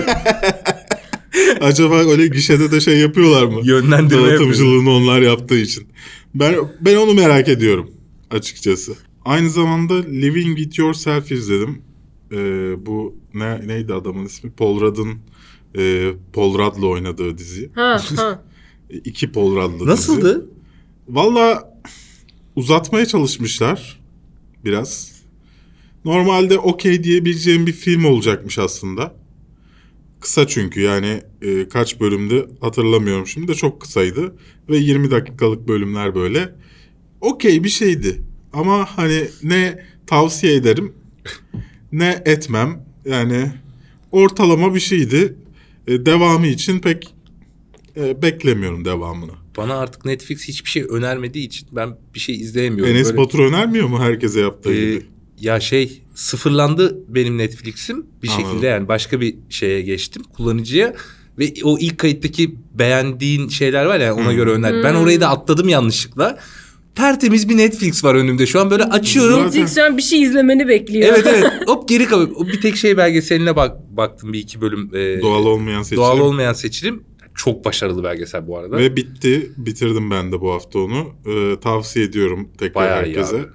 Acaba öyle gişede de şey yapıyorlar mı? Yönlendirme yapıyor. Dağıtımcılığını onlar yaptığı için. Ben ben onu merak ediyorum açıkçası. Aynı zamanda Living With Yourself izledim. Ee, bu ne neydi adamın ismi? Paul Rudd'ın e, Paul Rudd'la oynadığı dizi. Ha ha. İki Paul Rudd'lı dizi. Nasıldı? Valla uzatmaya çalışmışlar biraz. Normalde okey diyebileceğim bir film olacakmış aslında. Kısa çünkü yani e, kaç bölümdü hatırlamıyorum şimdi de çok kısaydı. Ve yirmi dakikalık bölümler böyle. Okey bir şeydi. Ama hani ne tavsiye ederim ne etmem. Yani ortalama bir şeydi. E, devamı için pek e, beklemiyorum devamını. Bana artık Netflix hiçbir şey önermediği için ben bir şey izleyemiyorum. Enes Böyle, Batur önermiyor mu herkese yaptığı e, gibi? ya şey sıfırlandı benim Netflix'im. Bir Anladım. şekilde yani başka bir şeye geçtim kullanıcıya. Ve o ilk kayıttaki beğendiğin şeyler var ya ona Hmm. göre öner. Ben orayı da atladım yanlışlıkla. Tertemiz bir Netflix var önümde. Şu an böyle açıyorum. Zaten- Netflix şu an bir şey izlemeni bekliyor. Evet evet. Hop geri kalıyor. O bir tek şey belgeseline bak baktım bir iki bölüm. e, Doğal olmayan seçilim. Doğal olmayan seçilim. Çok başarılı belgesel bu arada. Ve bitti. Bitirdim ben de bu hafta onu. Ee, tavsiye ediyorum tekrar Bayağı iyi herkese.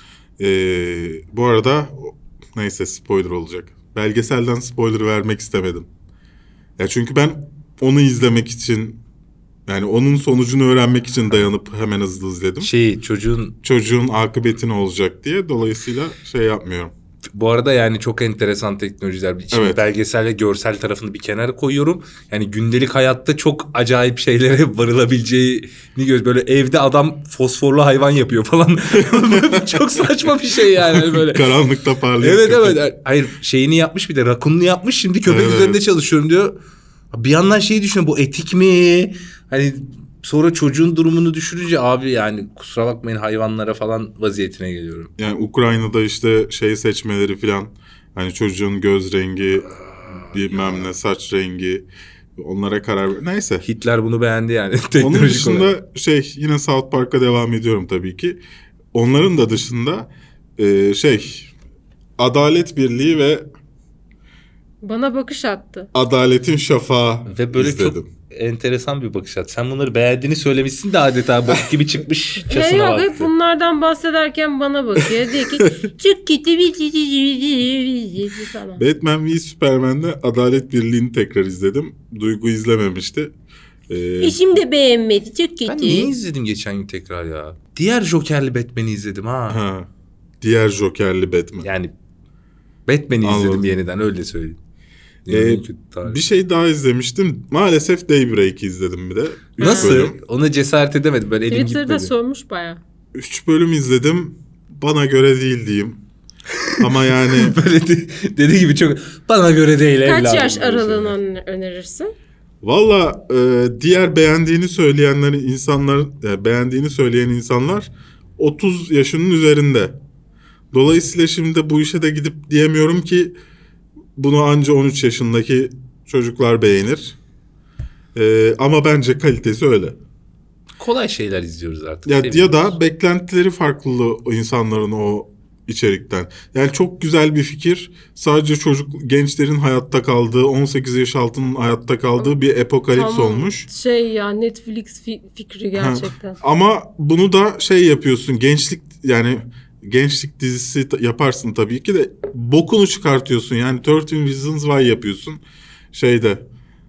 Ee, bu arada neyse spoiler olacak. Belgeselden spoiler vermek istemedim. Ya çünkü ben onu izlemek için yani onun sonucunu öğrenmek için dayanıp hemen hızlı izledim. Şey çocuğun Çocuğun akıbeti ne olacak diye dolayısıyla şey yapmıyorum. bu arada yani çok enteresan teknolojiler. Şimdi Evet. belgesel ve görsel tarafını bir kenara koyuyorum. Yani gündelik hayatta çok acayip şeylere varılabileceğini göz. Böyle evde adam fosforlu hayvan yapıyor falan. Çok saçma bir şey yani böyle. Karanlıkta parlayan Evet köpek. evet. Hayır şeyini yapmış bir de rakunlu yapmış. Şimdi köpek Evet, üzerinde evet. çalışıyorum diyor. Bir yandan şeyi düşünüyorum. Bu etik mi? Hani sonra çocuğun durumunu düşürünce abi yani kusura bakmayın hayvanlara falan vaziyetine geliyorum. Yani Ukrayna'da işte şey seçmeleri falan hani çocuğun göz rengi bilmem ne saç rengi onlara karar ver. Neyse. Hitler bunu beğendi yani. Onun teknolojik dışında olarak. şey yine South Park'a devam ediyorum tabii ki. Onların da dışında e, şey Adalet Birliği ve Bana bakış attı. Adaletin Şafağı Ve böyle izledim. çok enteresan bir bakış açısı. Sen bunları beğendiğini söylemişsin de adeta bok gibi çıkmış. Ya Çasına yok baktı. hep bunlardan bahsederken bana bakıyor. Diyor ki çok kötü bir dizi falan. Batman v Superman'de Adalet Birliği'ni tekrar izledim. Duygu izlememişti. Ee, Eşim de beğenmedi. Çok kötü. Ben niye izledim geçen gün tekrar ya? Diğer Joker'li Batman'i izledim ha. ha, diğer Joker'li Batman. Yani Batman'i Anladım. izledim yeniden öyle söyleyeyim. Ee, Yani en kötü tarih. Bir şey daha izlemiştim. Maalesef Daybreak'i izledim bir de. Üç Nasıl? bölüm. Ona cesaret edemedim. Böyle elim Twitter'da gitmedi. sormuş baya. Üç bölüm izledim. Bana göre değil diyeyim. Ama yani Böyle de, dediği gibi çok bana göre değil evladım. Kaç yaş böyle aralığını şeyler. öner- önerirsin? valla e, diğer beğendiğini söyleyenlerin insanlar yani beğendiğini söyleyen insanlar otuz yaşının üzerinde. Dolayısıyla şimdi bu işe de gidip diyemiyorum ki bunu anca on üç yaşındaki çocuklar beğenir. E, ama bence kalitesi öyle. Kolay şeyler izliyoruz artık. Ya, ya Seviyoruz. da beklentileri farklı o insanların o içerikten. Yani çok güzel bir fikir. Sadece çocuk gençlerin hayatta kaldığı, on sekiz yaş altının hayatta kaldığı bir epokalips Tam olmuş. Şey ya Netflix fi- fikri gerçekten. Ama bunu da şey yapıyorsun. Gençlik yani gençlik dizisi ta- yaparsın tabii ki de bokunu çıkartıyorsun. Yani on üç Reasons Why yapıyorsun. Şeyde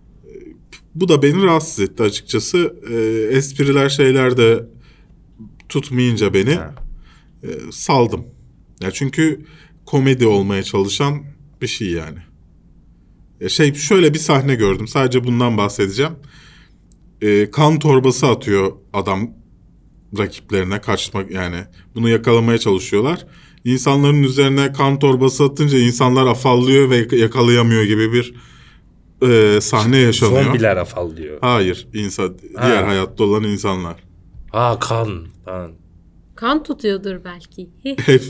bu da beni rahatsız etti açıkçası. E, espriler şeyler de tutmayınca beni Ha. e, saldım. Ya çünkü komedi olmaya çalışan bir şey yani. Ya şey şöyle bir sahne gördüm. Sadece bundan bahsedeceğim. E, kan torbası atıyor adam rakiplerine kaçmak, yani bunu yakalamaya çalışıyorlar. İnsanların üzerine kan torbası atınca insanlar afallıyor ve yakalayamıyor gibi bir e, sahne yaşanıyor. Zombiler afallıyor. Hayır, insan Ha. diğer hayatta olan insanlar. Ha kan. kan. Kan tutuyordur belki. Hep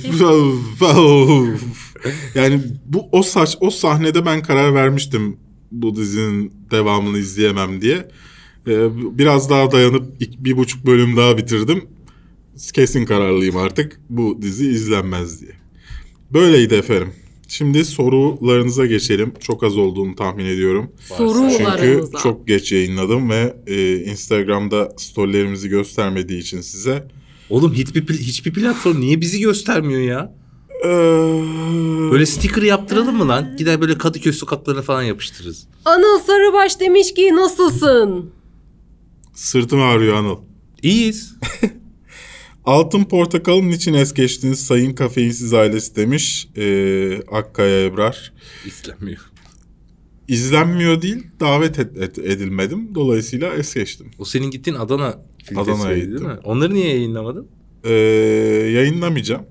yani bu o saç o sahnede ben karar vermiştim bu dizinin devamını izleyemem diye. Ee, biraz daha dayanıp iki, bir buçuk bölüm daha bitirdim. Kesin kararlıyım artık bu dizi izlenmez diye. Böyleydi efendim. Şimdi sorularınıza geçelim. Çok az olduğunu tahmin ediyorum. Çünkü Sorularınıza. çok geç yayınladım ve e, Instagram'da storylerimizi göstermediği için size. Oğlum hiçbir, pl- hiçbir platform niye bizi göstermiyor ya? Ee, Böyle sticker yaptıralım mı lan? Gider böyle Kadıköy sokaklarına falan yapıştırırız. Anıl Sarıbaş demiş ki nasılsın? Sırtım ağrıyor Anıl. İyiyiz. Altın portakalın için es geçtiniz sayın kafeinsiz ailesi demiş ee, Akkaya Ebrar. İzlenmiyor. İzlenmiyor değil, davet et, et- edilmedim. Dolayısıyla es geçtim. O senin gittiğin Adana filtresi Adana'ya değil gittim. mi? Onları niye yayınlamadın? Ee, yayınlamayacağım.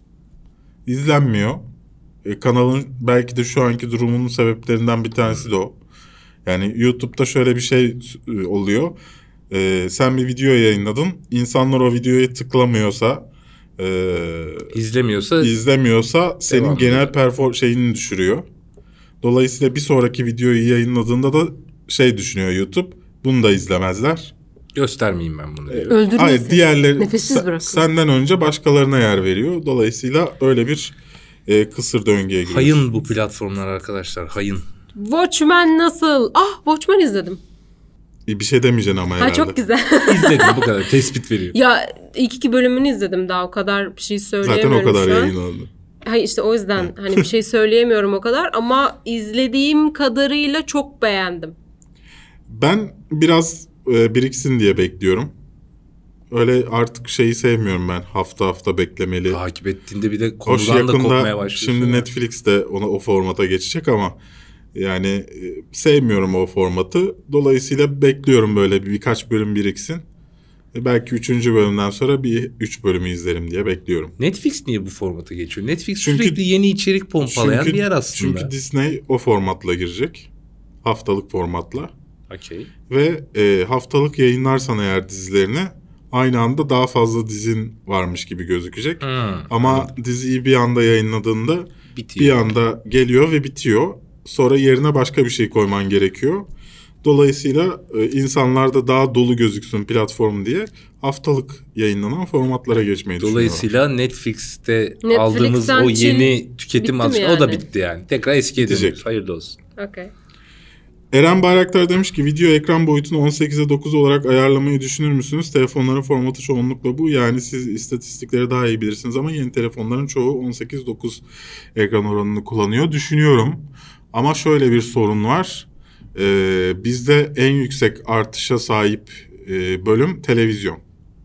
İzlenmiyor. Ee, kanalın belki de şu anki durumunun sebeplerinden bir tanesi de o. Yani YouTube'da şöyle bir şey e, oluyor. Ee, sen bir video yayınladın. İnsanlar o videoya tıklamıyorsa, e, İzlemiyorsa izlemiyorsa senin Devam genel ediyor. perform şeyini düşürüyor. Dolayısıyla bir sonraki videoyu yayınladığında da şey düşünüyor YouTube. Bunu da izlemezler. göstermeyeyim ben bunu diyor. Öldürmesin. Hayır, diğerleri Nefessiz se- bırakın. senden önce başkalarına yer veriyor. Dolayısıyla öyle bir e, kısır döngüye giriyor. Hayın bu platformlar arkadaşlar. Hayın. Watchmen nasıl? Ah Watchmen izledim. Bir şey demeyeceksin ama herhalde. Ha çok güzel. İzledim bu kadar. Tespit veriyor. Ya ilk iki bölümünü izledim daha o kadar bir şey Zaten söyleyemiyorum o kadar şu an. yayınlandı. Hayır işte o yüzden hani bir şey söyleyemiyorum o kadar ama izlediğim kadarıyla çok beğendim. Ben biraz e, biriksin diye bekliyorum. Öyle artık şeyi sevmiyorum ben. Hafta hafta beklemeli. Takip ettiğinde bir de Hoş konudan da kopmaya yakında başlıyorsun. şimdi ya. Netflix de ona o formata geçecek ama yani e, sevmiyorum o formatı. Dolayısıyla bekliyorum böyle bir, birkaç bölüm biriksin. E, belki üçüncü bölümden sonra bir üç bölümü izlerim diye bekliyorum. Netflix niye bu formata geçiyor? Netflix Çünkü- sürekli yeni içerik pompalayan bir yer aslında. Çünkü Disney o formatla girecek. Haftalık formatla. Okey. Ve e, haftalık yayınlarsan eğer dizilerini aynı anda daha fazla dizin varmış gibi gözükecek. Hmm. Ama diziyi bir anda yayınladığında Bitiyor. bir anda geliyor ve bitiyor. Sonra yerine başka bir şey koyman gerekiyor. Dolayısıyla e, insanlar da daha dolu gözüksün platform diye haftalık yayınlanan formatlara geçmeyi düşünüyorlar. Dolayısıyla Netflix'te Netflix'ten aldığımız o Çin yeni tüketim bitti mi alışverişi o da yani? bitti yani. Tekrar eskiye Bitecek. dönüyoruz. Hayırlı olsun. Okay. Eren Bayraktar demiş ki video ekran boyutunu on sekize dokuz olarak ayarlamayı düşünür müsünüz? Telefonların formatı çoğunlukla bu. Yani siz istatistikleri daha iyi bilirsiniz ama yeni telefonların çoğu on sekiz dokuz ekran oranını kullanıyor. Düşünüyorum ama şöyle bir sorun var. Ee, bizde en yüksek artışa sahip e, bölüm televizyon.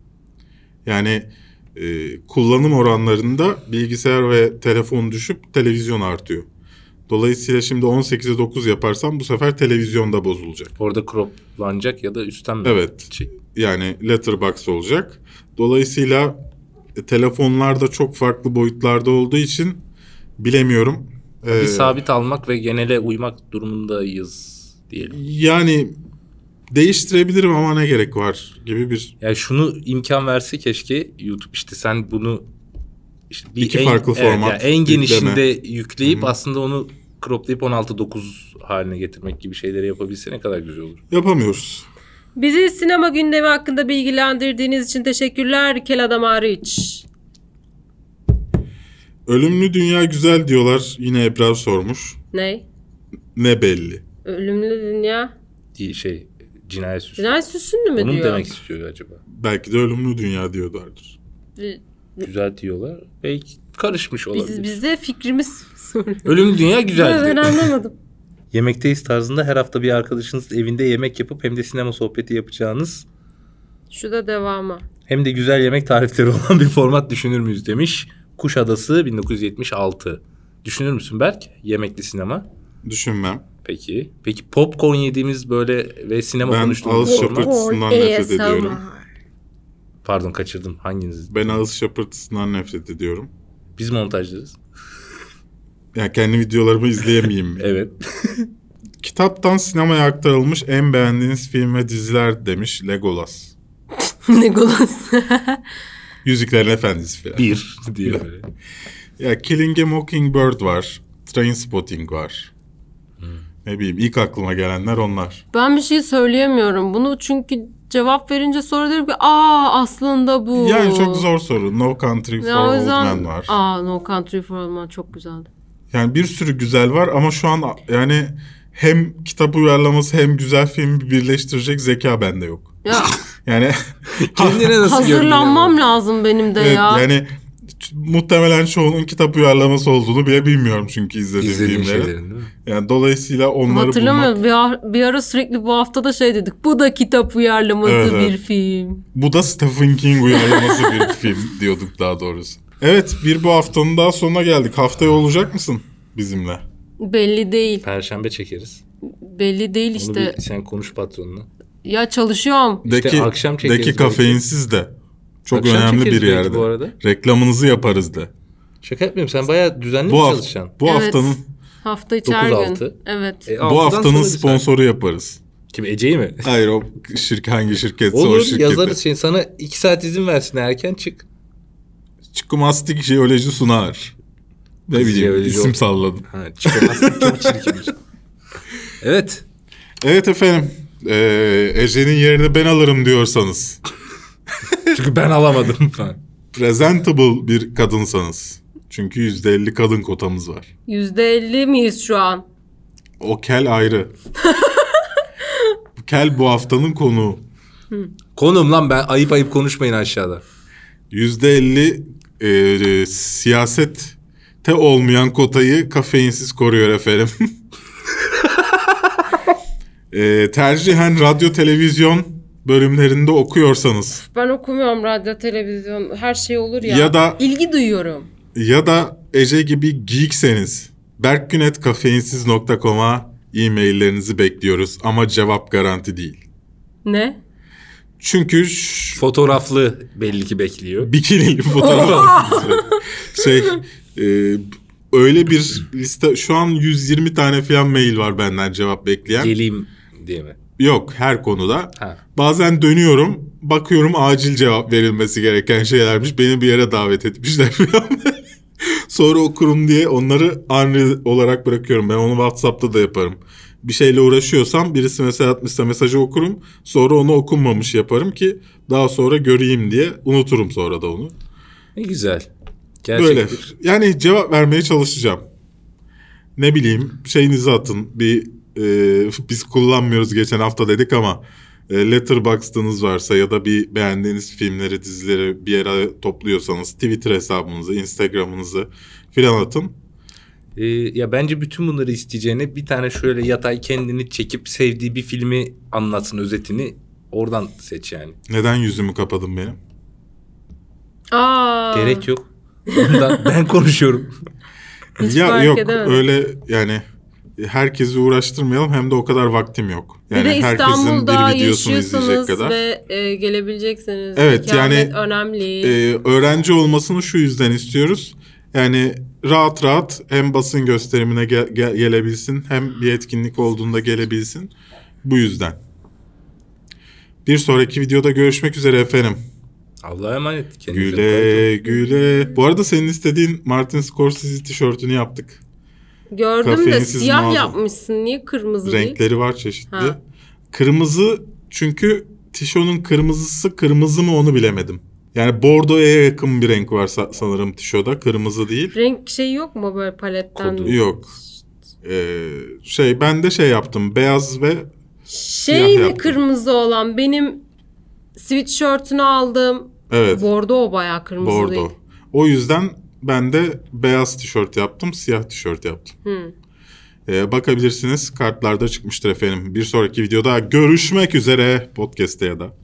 Yani e, kullanım oranlarında bilgisayar ve telefon düşüp televizyon artıyor. Dolayısıyla şimdi on sekize dokuz yaparsam bu sefer televizyonda bozulacak. Orada croplanacak ya da üstten mi? Evet. Çek- Yani letterbox olacak. Dolayısıyla e, telefonlarda çok farklı boyutlarda olduğu için bilemiyorum. Bir Ee, sabit almak ve genele uymak durumundayız diyelim. Yani değiştirebilirim ama ne gerek var gibi bir Yani şunu imkan verse keşke YouTube işte sen bunu işte bir İki en, farklı evet, format, yani en genişinde yükleme. yükleyip Hı-hı. aslında onu croplayıp on altı dokuz haline getirmek gibi şeyleri yapabilse ne kadar güzel olur. yapamıyoruz. Bizi sinema gündemi hakkında bilgilendirdiğiniz için teşekkürler Kel Adam hariç. Ölümlü dünya güzel diyorlar. Yine Ebrar sormuş. Ne? Ne belli. Ölümlü dünya. Diye şey cinayet süsü. Cinayet süsünlü mü Onu mu diyor? demek istiyor acaba? Belki de ölümlü dünya diyorlardır. Güzel diyorlar. Belki karışmış olabilir. Biz, bize fikrimiz soruyor. Ölüm dünya Ben güzeldi. anlamadım. Yemekteyiz tarzında her hafta bir arkadaşınız evinde yemek yapıp hem de sinema sohbeti yapacağınız Şu da devamı. hem de güzel yemek tarifleri olan bir format düşünür müyüz demiş. Kuşadası bin dokuz yüz yetmiş altı. Düşünür müsün Berk? Yemekli sinema. Düşünmem. Peki. Peki popcorn yediğimiz böyle ve sinema Ben konuştuğumuz ağız format. şapırtısından Popcorn nefret A S M R. ediyorum. Pardon kaçırdım. Hanginiz? Ben ağız şapırtısından nefret ediyorum. Biz montajlarız. Yani kendi videolarımı izleyemeyeyim. Evet. Kitaptan sinemaya aktarılmış en beğendiğiniz film ve diziler demiş Legolas. Legolas. Yüzüklerin Efendisi falan. Bir diye böyle. Ya Killing a Mockingbird var. Trainspotting var. Hmm. Ne bileyim ilk aklıma gelenler onlar. Ben bir şey söyleyemiyorum. Bunu çünkü cevap verince sonra derim ki aa aslında bu. Yani çok zor soru. No Country for Ya o Old yüzden, Men var. Aa No Country for Old Men çok güzeldi. Yani bir sürü güzel var ama şu an yani hem kitap uyarlaması hem güzel filmi birleştirecek zeka bende yok. Ya Yani Kendine nasıl hazırlanmam lazım benim de evet, ya. yani muhtemelen çoğunun kitap uyarlaması olduğunu bile bilmiyorum çünkü izlediğim İzlediğim filmleri. şeylerin değil mi? Yani dolayısıyla onları Hatırlamıyorum. bulmak... Bir, ara, bir ara sürekli bu hafta da şey dedik. Bu da kitap uyarlaması Evet, bir evet. film. Bu da Stephen King uyarlaması bir film diyorduk daha doğrusu. Evet, bir bu haftanın daha sonuna geldik. Haftaya olacak mısın bizimle? Belli değil. Perşembe çekeriz. Belli değil Onu işte. bir, sen konuş patronuna. Ya çalışıyorum. İşte Deki, akşam çekeriz deki belki. kafeinsiz de. Çok Akşam önemli çekeriz bir belki yerde. bu arada. Reklamınızı yaparız de. Şaka yapmıyorum. Sen bayağı düzenli Bu, mi haf- çalışacaksın? bu Evet. haftanın Hafta içi her dokuz gün. altı. Evet. E, bu altıdan haftanın sonra bir saat. sponsoru yaparız. Kim Ece'yi mi? Hayır o şirket hangi şirketse o Olur şirketi. yazarız. Şey, sana iki saat izin versin erken çık. Çikomastik jeoloji sunar. Ne Kız bileyim jeoloji isim ol- salladım. Ha, çıkamazsın çok çirkinmiş. Evet. Evet efendim. Ee, Ece'nin yerini ben alırım diyorsanız. Çünkü ben alamadım falan. Presentable bir kadınsanız. Çünkü yüzde elli kadın kotamız var. yüzde elli miyiz şu an? O kel ayrı. Kel bu haftanın konuğu. Konum lan ben ayıp ayıp konuşmayın aşağıda. yüzde elli e, siyasette olmayan kotayı kafeinsiz koruyor efendim. e, tercihen radyo televizyon bölümlerinde okuyorsanız Ben okumuyorum radyo, televizyon, her şey olur ya. Ya da- İlgi duyuyorum. ya da Ece gibi geekseniz berkgünet kafeinsiz nokta com'a e-maillerinizi bekliyoruz ama cevap garanti değil. Ne? Çünkü ş- Fotoğraflı belli ki bekliyor. bikinili fotoğraf şey e, öyle bir liste şu an yüz yirmi tane falan mail var benden cevap bekleyen. Geleyim diye mi? Yok her konuda. Ha. Bazen dönüyorum bakıyorum acil cevap verilmesi gereken şeylermiş. Beni bir yere davet etmişler falan. Sonra okurum diye onları anri olarak bırakıyorum. Ben onu WhatsApp'ta da yaparım. Bir şeyle uğraşıyorsam birisi mesaj atmışsa mesajı okurum. Sonra onu okunmamış yaparım ki daha sonra göreyim diye unuturum sonra da onu. Ne güzel. Böyle. Gerçektir. Yani cevap vermeye çalışacağım. Ne bileyim şeyinizi atın. Bir e, biz kullanmıyoruz geçen hafta dedik ama e, Letterboxd'ınız varsa ya da bir beğendiğiniz filmleri, dizileri bir yere topluyorsanız Twitter hesabınızı, Instagram'ınızı filan atın. Ee, ya bence bütün bunları isteyeceğine bir tane şöyle yatay kendini çekip sevdiği bir filmi anlatsın özetini oradan seç yani. Neden yüzümü kapadın benim? Aa. Gerek yok. Ondan ben konuşuyorum. Hiç ya fark yok edemedim. öyle yani herkesi uğraştırmayalım hem de o kadar vaktim yok. Yani bir de herkesin İstanbul'da bir videosunu izleyecek yaşıyorsanız kadar. ve e, gelebileceksiniz. Evet, İkamet yani, önemli. Ee, öğrenci olmasını şu yüzden istiyoruz. Yani rahat rahat hem basın gösterimine gel- gel- gelebilsin hem bir etkinlik olduğunda gelebilsin. Bu yüzden. Bir sonraki videoda görüşmek üzere efendim. Allah'a emanet. Kendinize Güle güle. Bu arada senin istediğin Martin Scorsese tişörtünü yaptık. Gördüm de kafeinsiz siyah mağaza. yapmışsın. Niye kırmızı değil? Renkleri var çeşitli. Ha. Kırmızı çünkü tişörtün kırmızısı kırmızı mı onu bilemedim. Yani bordoya yakın bir renk var sa- sanırım tişörtte. Kırmızı değil. Renk şey yok mu böyle paletten? Kodu. Yok. Ee, şey ben de şey yaptım. Beyaz ve Şey Siyah mi yaptım. kırmızı olan? Benim sweatshirt'ünü aldım. evet Bordo o bayağı kırmızı bordo. değil. O yüzden ben de beyaz tişört yaptım. Siyah tişört yaptım. Hı. Ee, bakabilirsiniz. Kartlarda çıkmıştır efendim. Bir sonraki videoda görüşmek üzere. Podcast'te ya da.